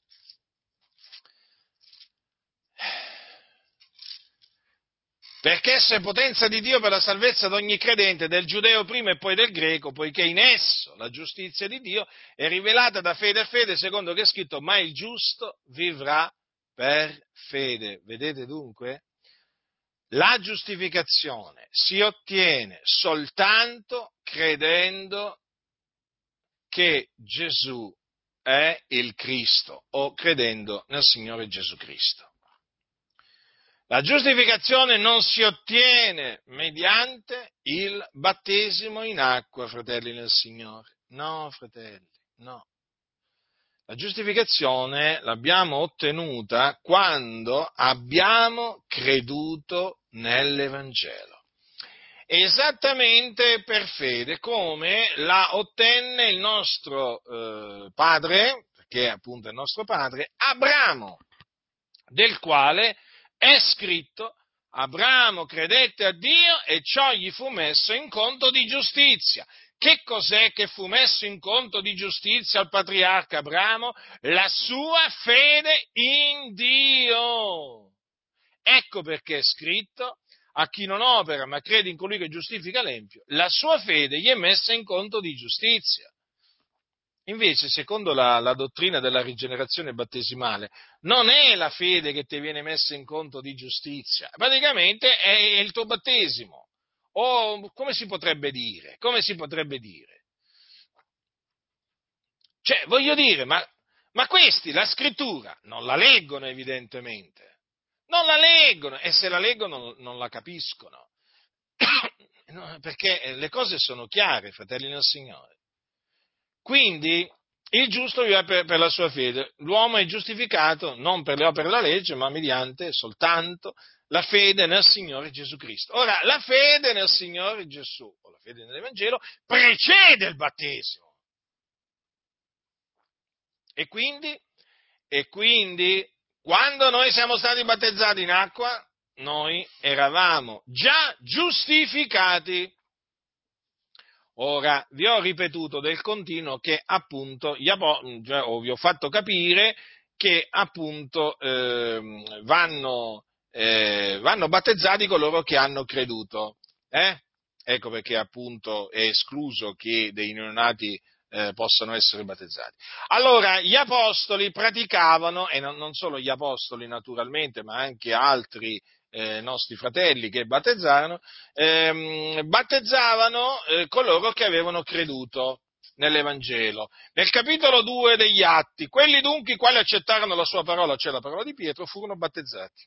Perché esso è potenza di Dio per la salvezza di ogni credente, del giudeo prima e poi del greco, poiché in esso la giustizia di Dio è rivelata da fede a fede, secondo che è scritto: ma il giusto vivrà per fede. Vedete dunque? La giustificazione si ottiene soltanto credendo che Gesù è il Cristo o credendo nel Signore Gesù Cristo. La giustificazione non si ottiene mediante il battesimo in acqua, fratelli nel Signore. No, fratelli, no. La giustificazione l'abbiamo ottenuta quando abbiamo creduto nell'Evangelo. Esattamente per fede, come la ottenne il nostro eh, padre, che appunto è il nostro padre, Abramo, del quale è scritto: Abramo credette a Dio e ciò gli fu messo in conto di giustizia. Che cos'è che fu messo in conto di giustizia al patriarca Abramo? La sua fede in Dio. Ecco perché è scritto: a chi non opera ma crede in colui che giustifica l'empio, la sua fede gli è messa in conto di giustizia. Invece, secondo la, la dottrina della rigenerazione battesimale, non è la fede che ti viene messa in conto di giustizia, praticamente è il tuo battesimo. O come si potrebbe dire? Come si potrebbe dire? Cioè, voglio dire, ma, ma questi la scrittura non la leggono evidentemente, non la leggono, e se la leggono non la capiscono, no, perché le cose sono chiare, fratelli nel Signore. Quindi il giusto vive per, per la sua fede. L'uomo è giustificato non per le opere della legge, ma mediante soltanto la fede nel Signore Gesù Cristo. Ora, la fede nel Signore Gesù, o la fede nell'Evangelo, precede il battesimo. E quindi, e quindi, quando noi siamo stati battezzati in acqua, noi eravamo già giustificati. Ora, vi ho ripetuto del continuo che appunto, cioè, o vi ho fatto capire che appunto eh, vanno, eh, vanno battezzati coloro che hanno creduto. Eh? ecco perché appunto è escluso che dei neonati eh, possano essere battezzati. Allora, gli apostoli praticavano, e non, non solo gli apostoli naturalmente, ma anche altri eh, nostri fratelli che battezzarono, ehm, battezzavano eh, coloro che avevano creduto nell'Evangelo. Nel capitolo due degli Atti, quelli dunque i quali accettarono la sua parola, cioè la parola di Pietro, furono battezzati.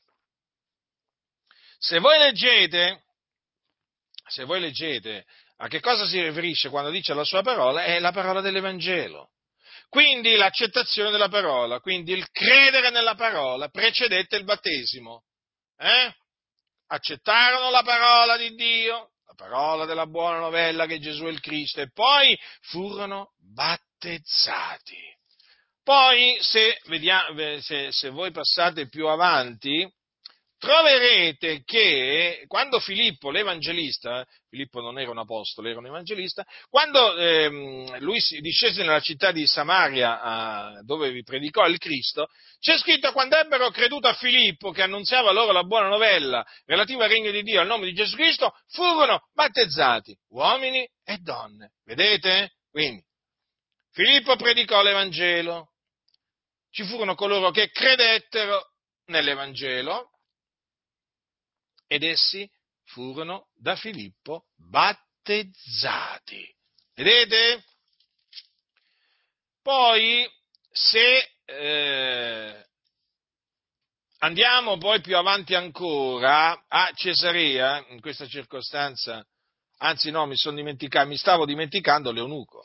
Se voi leggete, se voi leggete a che cosa si riferisce quando dice la sua parola, è la parola dell'Evangelo. Quindi l'accettazione della parola, quindi il credere nella parola precedette il battesimo. Eh? Accettarono la parola di Dio, la parola della buona novella che Gesù è il Cristo, e poi furono battezzati. Poi, se, vediamo, se, se voi passate più avanti, troverete che quando Filippo, l'evangelista, Filippo non era un apostolo, era un evangelista, quando ehm, lui si discese nella città di Samaria, a, dove vi predicò il Cristo, c'è scritto: quando ebbero creduto a Filippo, che annunziava loro la buona novella relativa al regno di Dio, al nome di Gesù Cristo, furono battezzati, uomini e donne. Vedete? Quindi, Filippo predicò l'Evangelo, ci furono coloro che credettero nell'Evangelo, ed essi furono da Filippo battezzati. Vedete? Poi, se eh, andiamo poi più avanti ancora a Cesarea, in questa circostanza, anzi no, mi sono dimenticato, mi stavo dimenticando l'eunuco.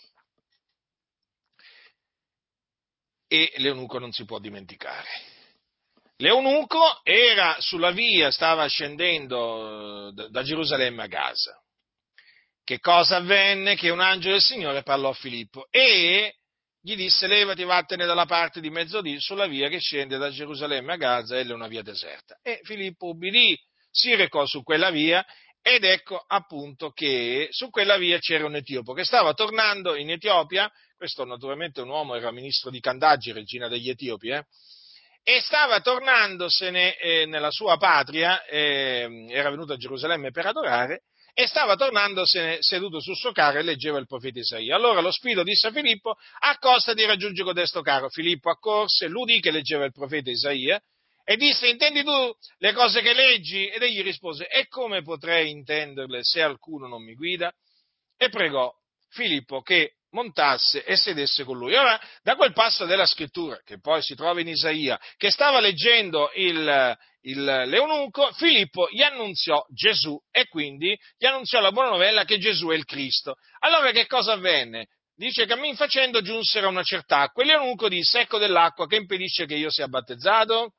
E l'eunuco non si può dimenticare. L'eunuco era sulla via, stava scendendo da Gerusalemme a Gaza. Che cosa avvenne? Che un angelo del Signore parlò a Filippo e gli disse: levati, vattene dalla parte di mezzodì sulla via che scende da Gerusalemme a Gaza, ella è una via deserta. E Filippo ubbidì, si recò su quella via, ed ecco appunto che su quella via c'era un etiopo che stava tornando in Etiopia. Questo naturalmente un uomo, era ministro di Candagi, regina degli Etiopi, eh? E stava tornandosene eh, nella sua patria, eh, era venuto a Gerusalemme per adorare, e stava tornandosene seduto sul suo carro e leggeva il profeta Isaia. Allora lo Spirito disse a Filippo: accostati e raggiungi codesto carro. Filippo accorse, l'udì che leggeva il profeta Isaia, e disse: intendi tu le cose che leggi? Ed egli rispose: e come potrei intenderle se alcuno non mi guida? E pregò Filippo che montasse e sedesse con lui. Ora, da quel passo della scrittura, che poi si trova in Isaia, che stava leggendo il, il, l'eunuco, Filippo gli annunziò Gesù, e quindi gli annunziò la buona novella che Gesù è il Cristo. Allora che cosa avvenne? Dice: cammin facendo giunsero a una certa acqua, e l'eunuco disse: ecco dell'acqua, che impedisce che io sia battezzato?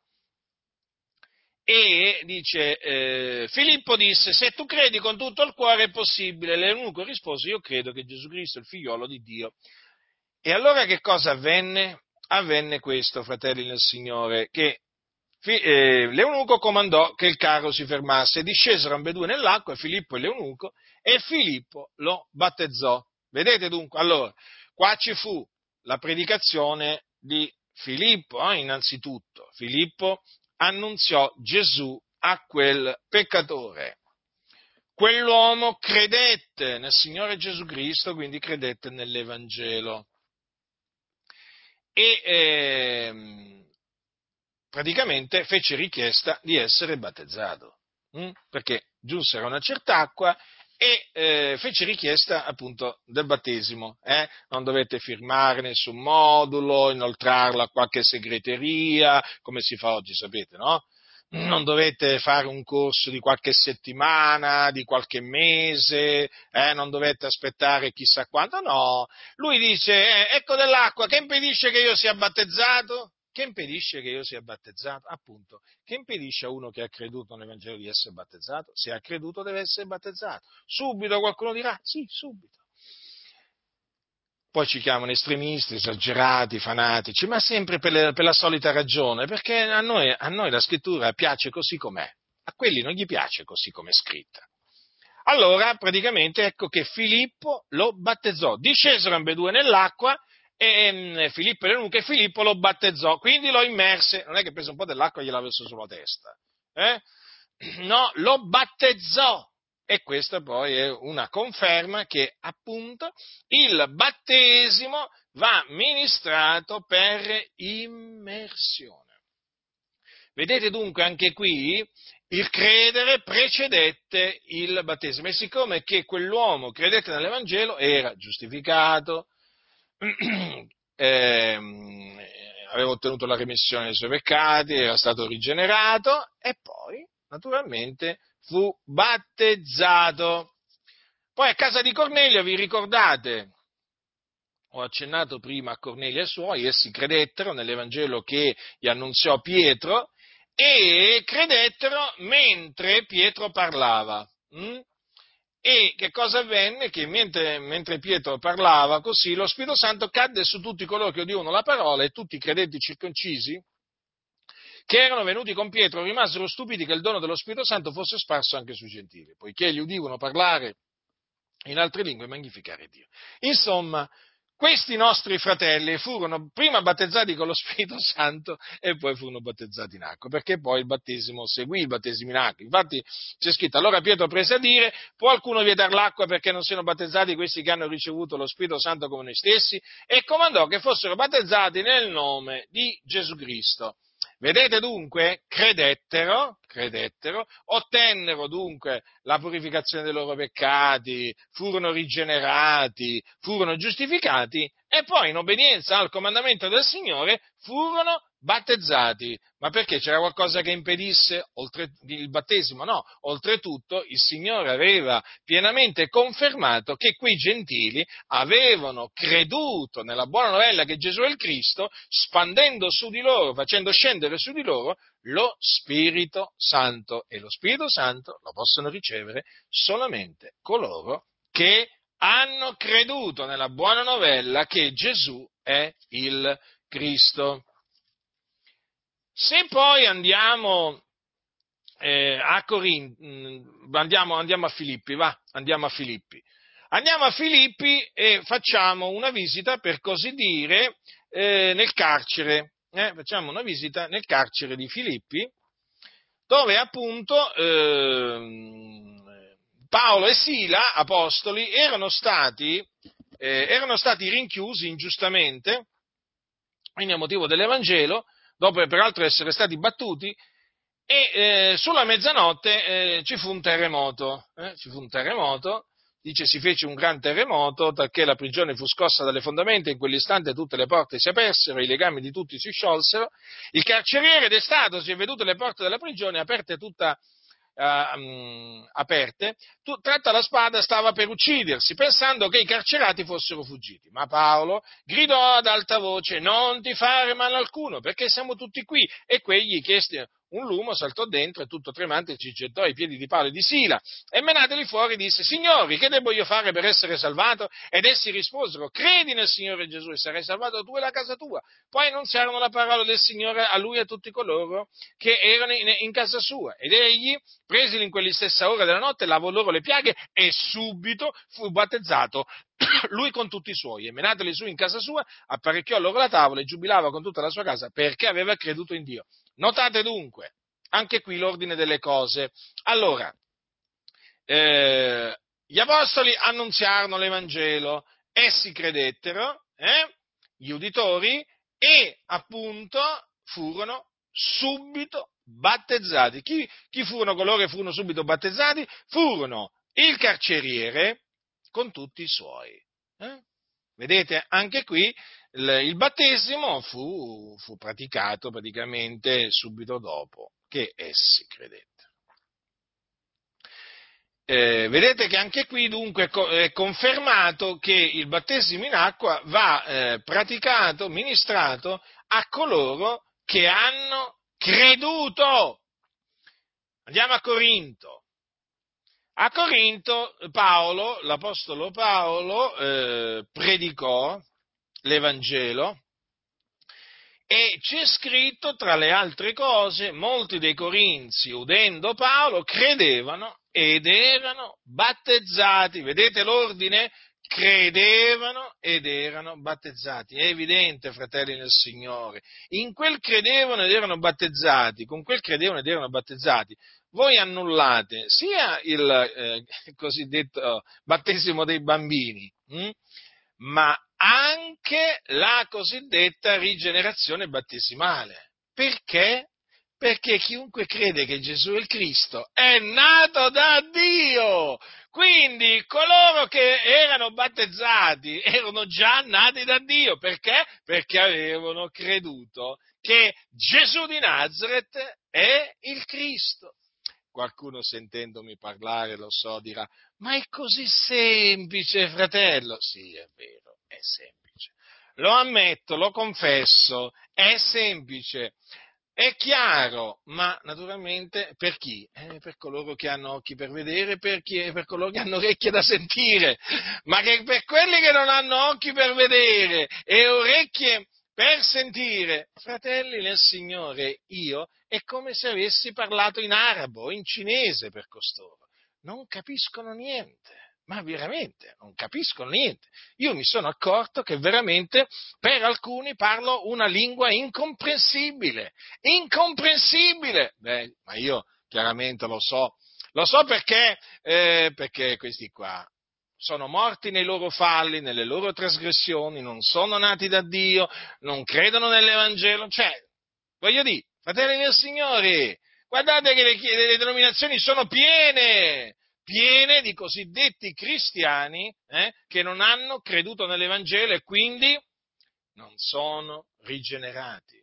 E dice, eh, Filippo disse: se tu credi con tutto il cuore è possibile. L'eunuco rispose: io credo che Gesù Cristo è il figliolo di Dio. E allora che cosa avvenne? Avvenne questo, fratelli nel Signore, che eh, l'eunuco comandò che il carro si fermasse, discesero ambedue nell'acqua, Filippo e l'eunuco, e Filippo lo battezzò. Vedete dunque? Allora, qua ci fu la predicazione di Filippo, eh, innanzitutto. Filippo annunziò Gesù a quel peccatore. Quell'uomo credette nel Signore Gesù Cristo, quindi credette nell'Evangelo. E ehm, praticamente fece richiesta di essere battezzato, hm? perché giunsero a una certa acqua e eh, fece richiesta appunto del battesimo. Eh? Non dovette firmare nessun modulo, inoltrarlo a qualche segreteria, come si fa oggi, sapete, no? Non dovete fare un corso di qualche settimana, di qualche mese, eh? Non dovete aspettare chissà quanto, no. Lui dice: eh, ecco dell'acqua, che impedisce che io sia battezzato? Che impedisce che io sia battezzato? Appunto, che impedisce a uno che ha creduto nell'Evangelo di essere battezzato? Se ha creduto deve essere battezzato. Subito qualcuno dirà: sì, subito. Poi ci chiamano estremisti, esagerati, fanatici, ma sempre per, le, per la solita ragione, perché a noi, a noi la scrittura piace così com'è, a quelli non gli piace così com'è scritta. Allora, praticamente, ecco che Filippo lo battezzò. Discesero ambedue nell'acqua, e Filippo e l'eunuco, e Filippo lo battezzò, quindi lo immerse. Non è che prese un po' dell'acqua e gliela verso sulla testa, eh? No, lo battezzò. E questa poi è una conferma che appunto il battesimo va ministrato per immersione. Vedete dunque anche qui il credere precedette il battesimo e siccome che quell'uomo credette nell'Evangelo era giustificato, ehm, aveva ottenuto la remissione dei suoi peccati, era stato rigenerato e poi naturalmente fu battezzato. Poi a casa di Cornelio, vi ricordate? Ho accennato prima a Cornelio e ai suoi, essi credettero nell'Evangelo che gli annunziò Pietro e credettero mentre Pietro parlava. Hm? E che cosa avvenne? Che mentre, mentre Pietro parlava così, lo Spirito Santo cadde su tutti coloro che udivano la parola e tutti i credenti circoncisi che erano venuti con Pietro rimasero stupiti che il dono dello Spirito Santo fosse sparso anche sui gentili, poiché gli udivano parlare in altre lingue e magnificare Dio. Insomma, questi nostri fratelli furono prima battezzati con lo Spirito Santo e poi furono battezzati in acqua, perché poi il battesimo seguì il battesimo in acqua. Infatti c'è scritto, allora Pietro prese a dire, può qualcuno vietar l'acqua perché non siano battezzati questi che hanno ricevuto lo Spirito Santo come noi stessi? E comandò che fossero battezzati nel nome di Gesù Cristo. Vedete dunque, credettero, credettero, ottennero dunque la purificazione dei loro peccati, furono rigenerati, furono giustificati e poi in obbedienza al comandamento del Signore furono battezzati. Ma perché c'era qualcosa che impedisse oltre, il battesimo? No, oltretutto il Signore aveva pienamente confermato che quei gentili avevano creduto nella buona novella che Gesù è il Cristo, spandendo su di loro, facendo scendere su di loro lo Spirito Santo. E lo Spirito Santo lo possono ricevere solamente coloro che hanno creduto nella buona novella che Gesù è il Cristo. Se poi andiamo eh, a Corinto, andiamo, andiamo a Filippi, va, andiamo a Filippi. Andiamo a Filippi e facciamo una visita, per così dire, eh, nel carcere. Eh, facciamo una visita nel carcere di Filippi, dove appunto eh, Paolo e Sila, apostoli, erano stati, eh, erano stati rinchiusi ingiustamente, quindi a motivo dell'Evangelo, dopo peraltro essere stati battuti, e eh, sulla mezzanotte eh, ci fu un terremoto, eh, ci fu un terremoto, dice si fece un gran terremoto, talché la prigione fu scossa dalle fondamenta, in quell'istante tutte le porte si apersero, i legami di tutti si sciolsero, il carceriere destato si è veduto le porte della prigione aperte tutta, uh, um, aperte, tu, tratta la spada stava per uccidersi, pensando che i carcerati fossero fuggiti, ma Paolo gridò ad alta voce, non ti fare male alcuno, perché siamo tutti qui, e quegli chiesti un lumo, saltò dentro e tutto tremante ci gettò ai piedi di Paolo e di Sila e menateli fuori disse, signori, che devo io fare per essere salvato? Ed essi risposero, credi nel Signore Gesù e sarai salvato tu e la casa tua. Poi annunziarono la parola del Signore a lui e a tutti coloro che erano in, in casa sua ed egli, presili in quella stessa ora della notte, lavò loro le piaghe e subito fu battezzato lui con tutti i suoi, e menateli su in casa sua, apparecchiò loro la tavola e giubilava con tutta la sua casa perché aveva creduto in Dio. Notate dunque, anche qui l'ordine delle cose. Allora, eh, gli apostoli annunziarono l'Evangelo, essi credettero, eh, gli uditori, e appunto furono subito battezzati. Chi, chi furono coloro che furono subito battezzati? Furono il carceriere con tutti i suoi. Eh? Vedete, anche qui il, il battesimo fu, fu praticato praticamente subito dopo che essi credettero. Eh, vedete che anche qui dunque è confermato che il battesimo in acqua va eh, praticato, ministrato a coloro che hanno creduto. Andiamo a Corinto. A Corinto Paolo, l'apostolo Paolo, eh, predicò l'Evangelo e c'è scritto, tra le altre cose, molti dei corinzi, udendo Paolo, credevano ed erano battezzati. Vedete l'ordine credevano ed erano battezzati. È evidente, fratelli nel Signore, in quel credevano ed erano battezzati, con quel credevano ed erano battezzati, voi annullate sia il eh, cosiddetto battesimo dei bambini, hm? ma anche la cosiddetta rigenerazione battesimale. Perché? Perché chiunque crede che Gesù è il Cristo è nato da Dio. Quindi coloro che erano battezzati erano già nati da Dio. Perché? Perché avevano creduto che Gesù di Nazaret è il Cristo. Qualcuno sentendomi parlare, lo so, dirà, ma è così semplice, fratello? Sì, è vero, è semplice. Lo ammetto, lo confesso, è semplice. È chiaro, ma naturalmente per chi? Eh, per coloro che hanno occhi per vedere, per, chi, per coloro che hanno orecchie da sentire, ma che per quelli che non hanno occhi per vedere e orecchie per sentire, fratelli nel Signore, io è come se avessi parlato in arabo o in cinese per costoro. Non capiscono niente. Ma veramente non capiscono niente. Io mi sono accorto che veramente per alcuni parlo una lingua incomprensibile, incomprensibile. Beh, ma io chiaramente lo so, lo so perché, eh, perché questi qua sono morti nei loro falli, nelle loro trasgressioni, non sono nati da Dio, non credono nell'Evangelo, cioè, voglio dire, fratelli del Signore, guardate che le, le denominazioni sono piene, piene di cosiddetti cristiani eh, che non hanno creduto nell'Evangelo e quindi non sono rigenerati,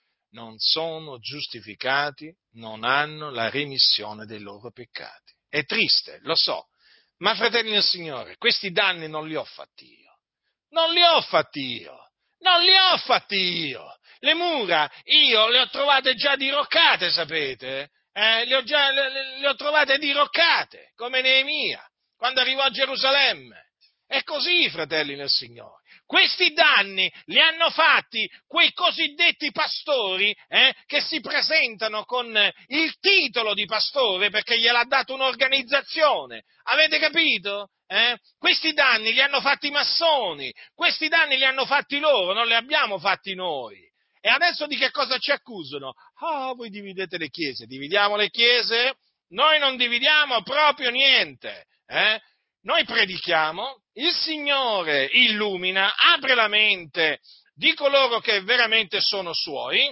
non sono giustificati, non hanno la remissione dei loro peccati. È triste, lo so, ma fratelli del Signore, questi danni non li ho fatti io, non li ho fatti io, non li ho fatti io. Le mura io le ho trovate già diroccate, sapete? Eh, le, ho già, le, le ho trovate diroccate, come Neemia, quando arrivò a Gerusalemme. È così, fratelli nel Signore. Questi danni li hanno fatti quei cosiddetti pastori eh, che si presentano con il titolo di pastore perché gliel'ha dato un'organizzazione. Avete capito? Eh? Questi danni li hanno fatti i massoni, questi danni li hanno fatti loro, non li abbiamo fatti noi. E adesso di che cosa ci accusano? Ah, voi dividete le chiese. Dividiamo le chiese? Noi non dividiamo proprio niente. Eh? Noi predichiamo, il Signore illumina, apre la mente di coloro che veramente sono suoi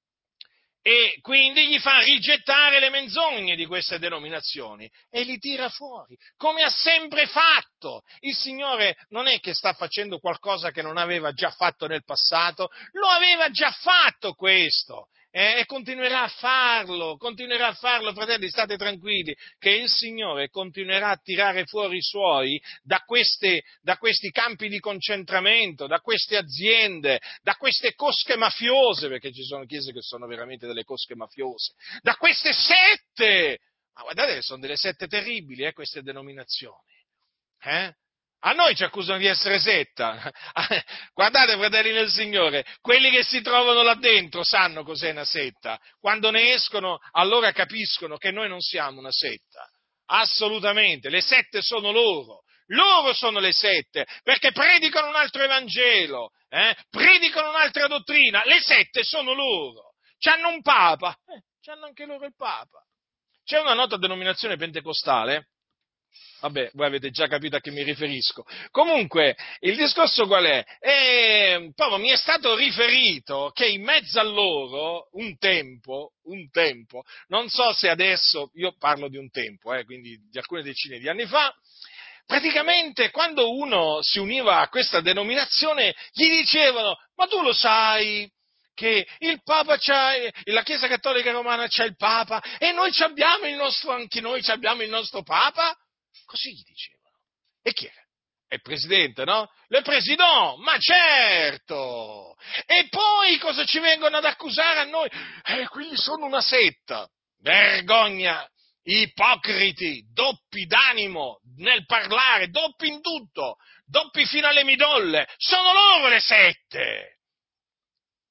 e quindi gli fa rigettare le menzogne di queste denominazioni e li tira fuori, come ha sempre fatto. Il Signore non è che sta facendo qualcosa che non aveva già fatto nel passato, lo aveva già fatto questo. Eh, e continuerà a farlo, continuerà a farlo, fratelli, state tranquilli, che il Signore continuerà a tirare fuori i Suoi da, queste, da questi campi di concentramento, da queste aziende, da queste cosche mafiose, perché ci sono chiese che sono veramente delle cosche mafiose, da queste sette, ma guardate che sono delle sette terribili, eh, queste denominazioni, eh? A noi ci accusano di essere setta. Guardate, fratelli del Signore, quelli che si trovano là dentro sanno cos'è una setta. Quando ne escono, allora capiscono che noi non siamo una setta. Assolutamente, le sette sono loro. Loro sono le sette, perché predicano un altro Evangelo, eh? predicano un'altra dottrina. Le sette sono loro. C'hanno un Papa, eh, c'hanno anche loro il Papa. C'è una nota denominazione pentecostale. Vabbè, voi avete già capito a che mi riferisco. Comunque, il discorso qual è? E, proprio mi è stato riferito che in mezzo a loro, un tempo, un tempo, non so se adesso, io parlo di un tempo, eh, quindi di alcune decine di anni fa, praticamente quando uno si univa a questa denominazione, gli dicevano, ma tu lo sai che il Papa c'ha, la Chiesa Cattolica Romana c'ha il Papa, e noi abbiamo il nostro, anche noi abbiamo il nostro Papa? Così gli dicevano. E chi era? È il presidente, no? Le presidò, ma certo! E poi cosa ci vengono ad accusare a noi? Eh, quelli sono una setta. Vergogna! Ipocriti, doppi d'animo nel parlare, doppi in tutto, doppi fino alle midolle. Sono loro le sette!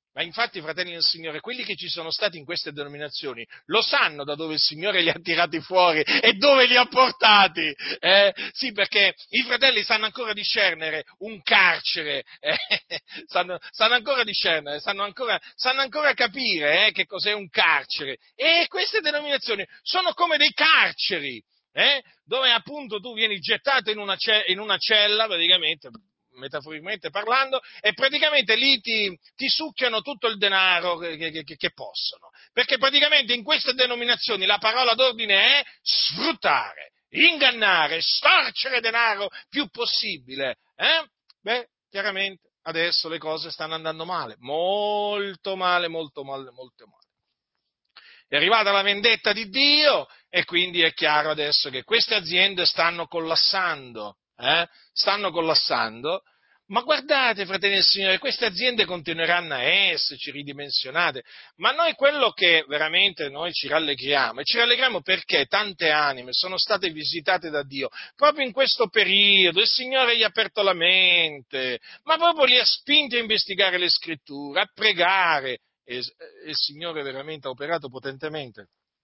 Ma infatti, fratelli del Signore, quelli che ci sono stati in queste denominazioni lo sanno da dove il Signore li ha tirati fuori e dove li ha portati. Eh? Sì, perché i fratelli sanno ancora discernere un carcere, eh? sanno, sanno ancora discernere, sanno ancora, sanno ancora capire eh, che cos'è un carcere. E queste denominazioni sono come dei carceri. Eh? Dove appunto tu vieni gettato in una, ce- in una cella, praticamente, metaforicamente parlando, e praticamente lì ti, ti succhiano tutto il denaro che, che, che possono. Perché praticamente in queste denominazioni la parola d'ordine è sfruttare, ingannare, storcere denaro più possibile. Eh? Beh, chiaramente adesso le cose stanno andando male, molto male, molto male, molto male. È arrivata la vendetta di Dio e quindi è chiaro adesso che queste aziende stanno collassando, eh? stanno collassando, ma guardate, fratelli del Signore, queste aziende continueranno a esserci ridimensionate, ma noi quello che veramente noi ci rallegriamo, e ci rallegriamo perché tante anime sono state visitate da Dio, proprio in questo periodo, il Signore gli ha aperto la mente, ma proprio li ha spinti a investigare le Scritture, a pregare, e il Signore veramente ha operato potentemente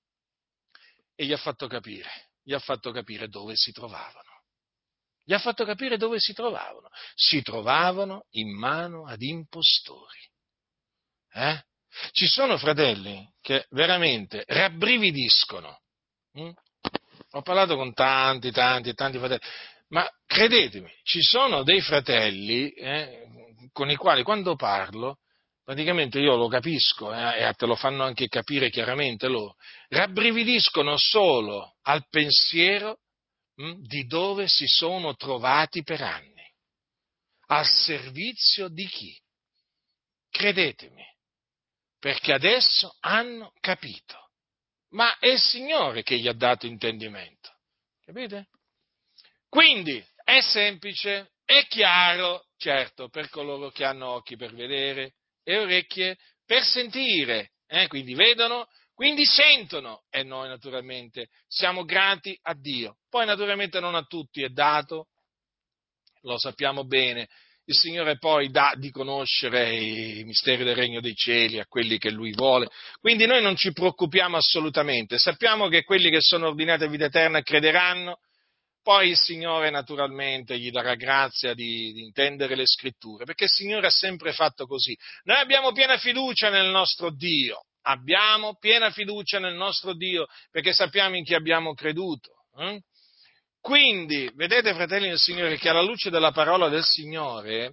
e gli ha fatto capire, gli ha fatto capire dove si trovavano. Gli ha fatto capire dove si trovavano. Si trovavano in mano ad impostori. Eh? Ci sono fratelli che veramente rabbrividiscono. Mm? Ho parlato con tanti, tanti, tanti fratelli, ma credetemi, ci sono dei fratelli eh, con i quali quando parlo, praticamente io lo capisco eh, e te lo fanno anche capire chiaramente loro, rabbrividiscono solo al pensiero mh, di dove si sono trovati per anni, al servizio di chi? Credetemi, perché adesso hanno capito, ma è il Signore che gli ha dato intendimento, capite? Quindi è semplice, è chiaro, certo, per coloro che hanno occhi per vedere e orecchie per sentire, eh? Quindi vedono, quindi sentono e noi naturalmente siamo grati a Dio. Poi naturalmente non a tutti è dato, lo sappiamo bene, il Signore poi dà di conoscere i misteri del regno dei cieli a quelli che Lui vuole, quindi noi non ci preoccupiamo assolutamente, sappiamo che quelli che sono ordinati a vita eterna crederanno. Poi il Signore naturalmente gli darà grazia di, di intendere le scritture, perché il Signore ha sempre fatto così. Noi abbiamo piena fiducia nel nostro Dio, abbiamo piena fiducia nel nostro Dio, perché sappiamo in chi abbiamo creduto. Eh? Quindi, vedete fratelli del Signore, che alla luce della parola del Signore,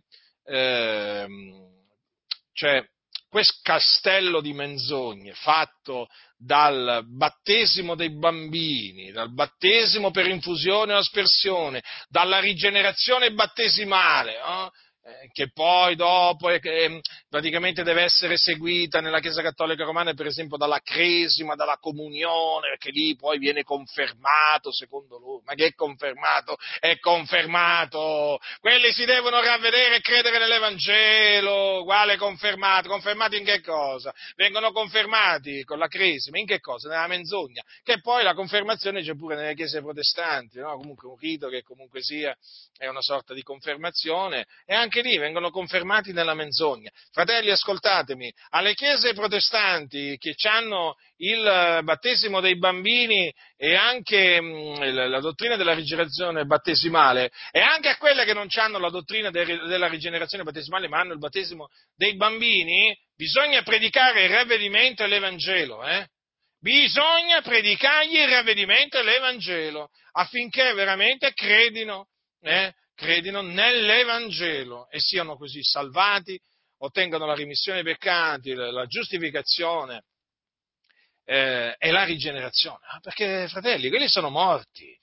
ehm, cioè, questo castello di menzogne fatto dal battesimo dei bambini, dal battesimo per infusione o aspersione, dalla rigenerazione battesimale, eh, eh, che poi dopo eh, praticamente deve essere seguita nella Chiesa Cattolica Romana, per esempio, dalla cresima, dalla comunione, perché lì poi viene confermato, secondo loro. Ma che è confermato? È confermato! Quelli si devono ravvedere e credere nell'Evangelo. Quale confermato? Confermati in che cosa? Vengono confermati con la cresima, in che cosa? Nella menzogna. Che poi la confermazione c'è pure nelle chiese protestanti, no? Comunque un rito che comunque sia è una sorta di confermazione, e anche lì vengono confermati nella menzogna. Fratelli, ascoltatemi, alle chiese protestanti che hanno il battesimo dei bambini e anche mh, la dottrina della rigenerazione battesimale, e anche a quelle che non hanno la dottrina de- della rigenerazione battesimale ma hanno il battesimo dei bambini, bisogna predicare il ravvedimento e l'Evangelo, eh? Bisogna predicargli il ravvedimento e l'Evangelo affinché veramente credino Eh, credino nell'Evangelo e siano così salvati, ottengano la rimissione dei peccati, la giustificazione eh, e la rigenerazione. Ah, perché, fratelli, quelli sono morti.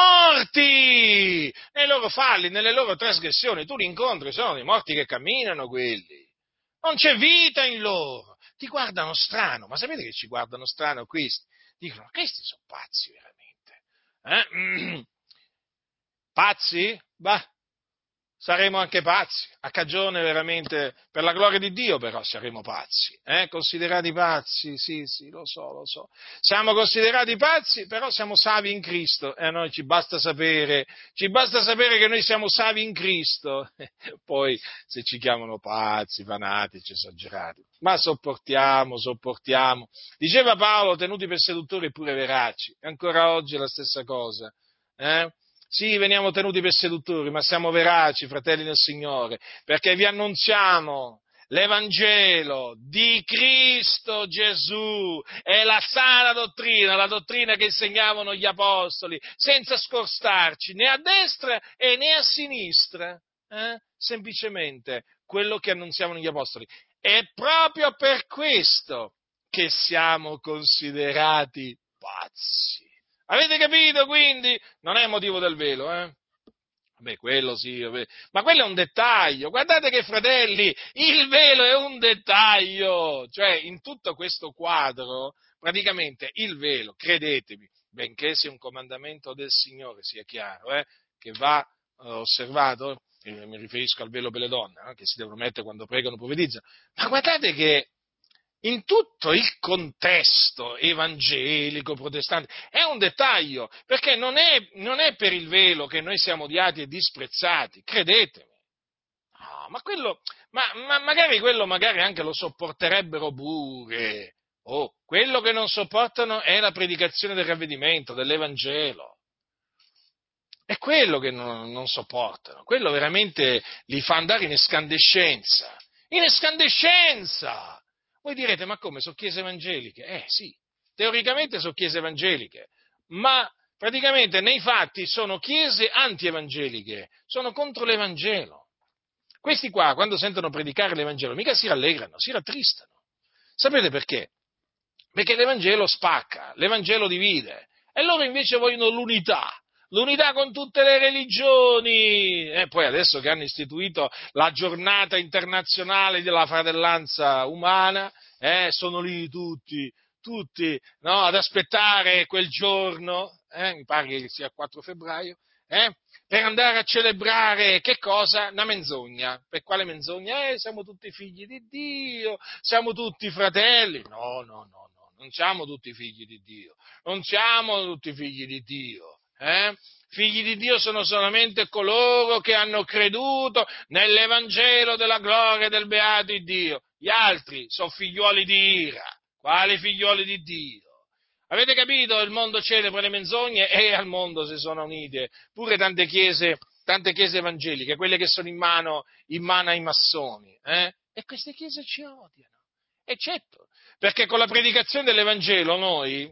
Morti! Nei loro falli, nelle loro trasgressioni, tu li incontri, sono dei morti che camminano quelli. Non c'è vita in loro. Ti guardano strano, ma sapete che ci guardano strano questi? Dicono, questi sono pazzi veramente. Eh? Pazzi? Bah, saremo anche pazzi, a cagione veramente, per la gloria di Dio però saremo pazzi, eh? Considerati pazzi, sì, sì, lo so, lo so. Siamo considerati pazzi, però siamo savi in Cristo, e a noi ci basta sapere, ci basta sapere che noi siamo savi in Cristo, poi se ci chiamano pazzi, fanatici, esagerati, ma sopportiamo, sopportiamo. Diceva Paolo, tenuti per seduttori e pure veraci, ancora oggi è la stessa cosa, eh? Sì, veniamo tenuti per seduttori, ma siamo veraci, fratelli del Signore, perché vi annunziamo l'Evangelo di Cristo Gesù, è la sana dottrina, la dottrina che insegnavano gli Apostoli, senza scostarci né a destra e né a sinistra, eh? Semplicemente quello che annunziavano gli Apostoli. È proprio per questo che siamo considerati pazzi. Avete capito quindi? Non è motivo del velo, eh? Beh, quello sì, vabbè. Ma quello è un dettaglio. Guardate che, fratelli, il velo è un dettaglio. Cioè, in tutto questo quadro, praticamente il velo, credetemi, benché sia un comandamento del Signore, sia chiaro, eh, che va eh, osservato, eh, mi riferisco al velo per le donne, eh, che si devono mettere quando pregano, profetizzano, ma guardate che in tutto il contesto evangelico, protestante, è un dettaglio, perché non è, non è per il velo che noi siamo odiati e disprezzati, credetemi. No, ma quello, ma, ma magari quello magari anche lo sopporterebbero pure. Oh, quello che non sopportano è la predicazione del ravvedimento, dell'Evangelo. È quello che non, non sopportano, quello veramente li fa andare in escandescenza. In escandescenza! Voi direte, ma come, sono chiese evangeliche? Eh sì, teoricamente sono chiese evangeliche, ma praticamente nei fatti sono chiese antievangeliche, sono contro l'Evangelo. Questi qua, quando sentono predicare l'Evangelo, mica si rallegrano, si rattristano. Sapete perché? Perché l'Evangelo spacca, l'Evangelo divide, e loro invece vogliono l'unità. L'unità con tutte le religioni, e poi adesso che hanno istituito la giornata internazionale della fratellanza umana, eh, sono lì tutti, tutti, no, ad aspettare quel giorno, eh, mi pare che sia il quattro febbraio, eh, per andare a celebrare che cosa? Una menzogna. Per quale menzogna? Eh, siamo tutti figli di Dio, siamo tutti fratelli. No, no, no, no, non siamo tutti figli di Dio, non siamo tutti figli di Dio. Eh? Figli di Dio sono solamente coloro che hanno creduto nell'Evangelo della gloria del beato Dio. Gli altri sono figliuoli di ira. Quali figliuoli di Dio? Avete capito? Il mondo celebra le menzogne e al mondo si sono unite pure tante chiese, tante chiese evangeliche, quelle che sono in mano, in mano ai massoni. Eh? E queste chiese ci odiano. E certo, perché con la predicazione dell'Evangelo noi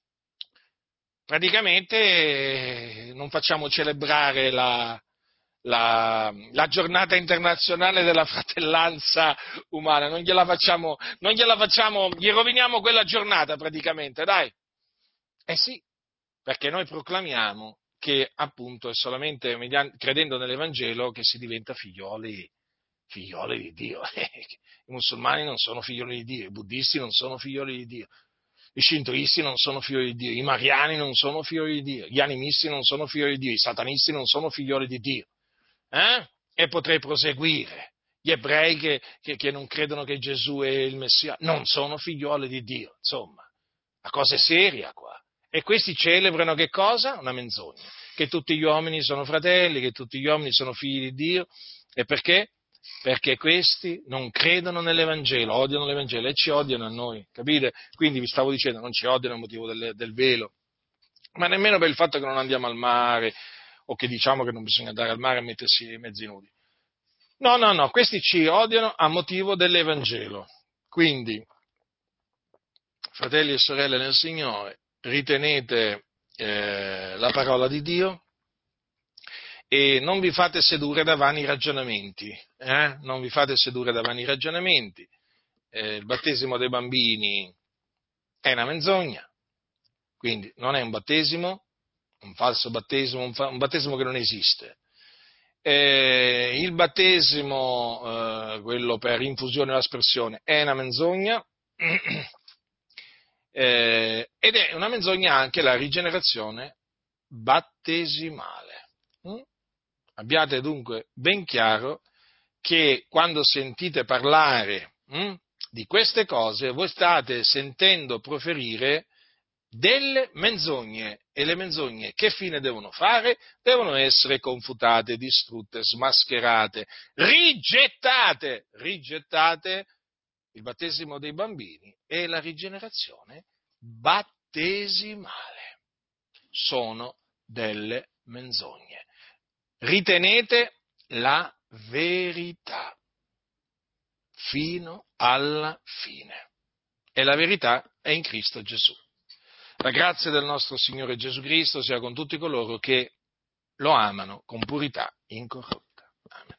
praticamente eh, non facciamo celebrare la, la, la giornata internazionale della fratellanza umana, non gliela facciamo, non gliela facciamo, gli roviniamo quella giornata praticamente, dai. Eh sì, perché noi proclamiamo che appunto è solamente mediante, credendo nell'Evangelo che si diventa figlioli, figlioli di Dio. I musulmani non sono figlioli di Dio, i buddisti non sono figlioli di Dio, i shintoisti non sono figlioli di Dio, i mariani non sono figlioli di Dio, gli animisti non sono figlioli di Dio, i satanisti non sono figlioli di Dio. Eh? E potrei proseguire. Gli ebrei che, che, che non credono che Gesù è il Messia non sono figlioli di Dio. Insomma, la cosa è seria qua. E questi celebrano che cosa? Una menzogna. Che tutti gli uomini sono fratelli, che tutti gli uomini sono figli di Dio. E perché? Perché questi non credono nell'Evangelo, odiano l'Evangelo e ci odiano a noi, capite? Quindi vi stavo dicendo, non ci odiano a motivo del, del velo, ma nemmeno per il fatto che non andiamo al mare o che diciamo che non bisogna andare al mare a mettersi mezzi nudi. No, no, no, questi ci odiano a motivo dell'Evangelo. Quindi, fratelli e sorelle nel Signore, ritenete eh, la parola di Dio e non vi fate sedurre da vani ragionamenti, eh? Non vi fate sedurre da vani ragionamenti. Eh, il battesimo dei bambini è una menzogna, quindi non è un battesimo, un falso battesimo, un, fa- un battesimo che non esiste. Eh, il battesimo, eh, quello per infusione o aspersione, è una menzogna. Eh, ed è una menzogna anche la rigenerazione battesimale. Mm? Abbiate dunque ben chiaro che quando sentite parlare hm, di queste cose, voi state sentendo proferire delle menzogne, e le menzogne che fine devono fare? Devono essere confutate, distrutte, smascherate, rigettate, rigettate. Il battesimo dei bambini e la rigenerazione battesimale sono delle menzogne. Ritenete la verità fino alla fine. E la verità è in Cristo Gesù. La grazia del nostro Signore Gesù Cristo sia con tutti coloro che lo amano con purità incorrotta. Amen.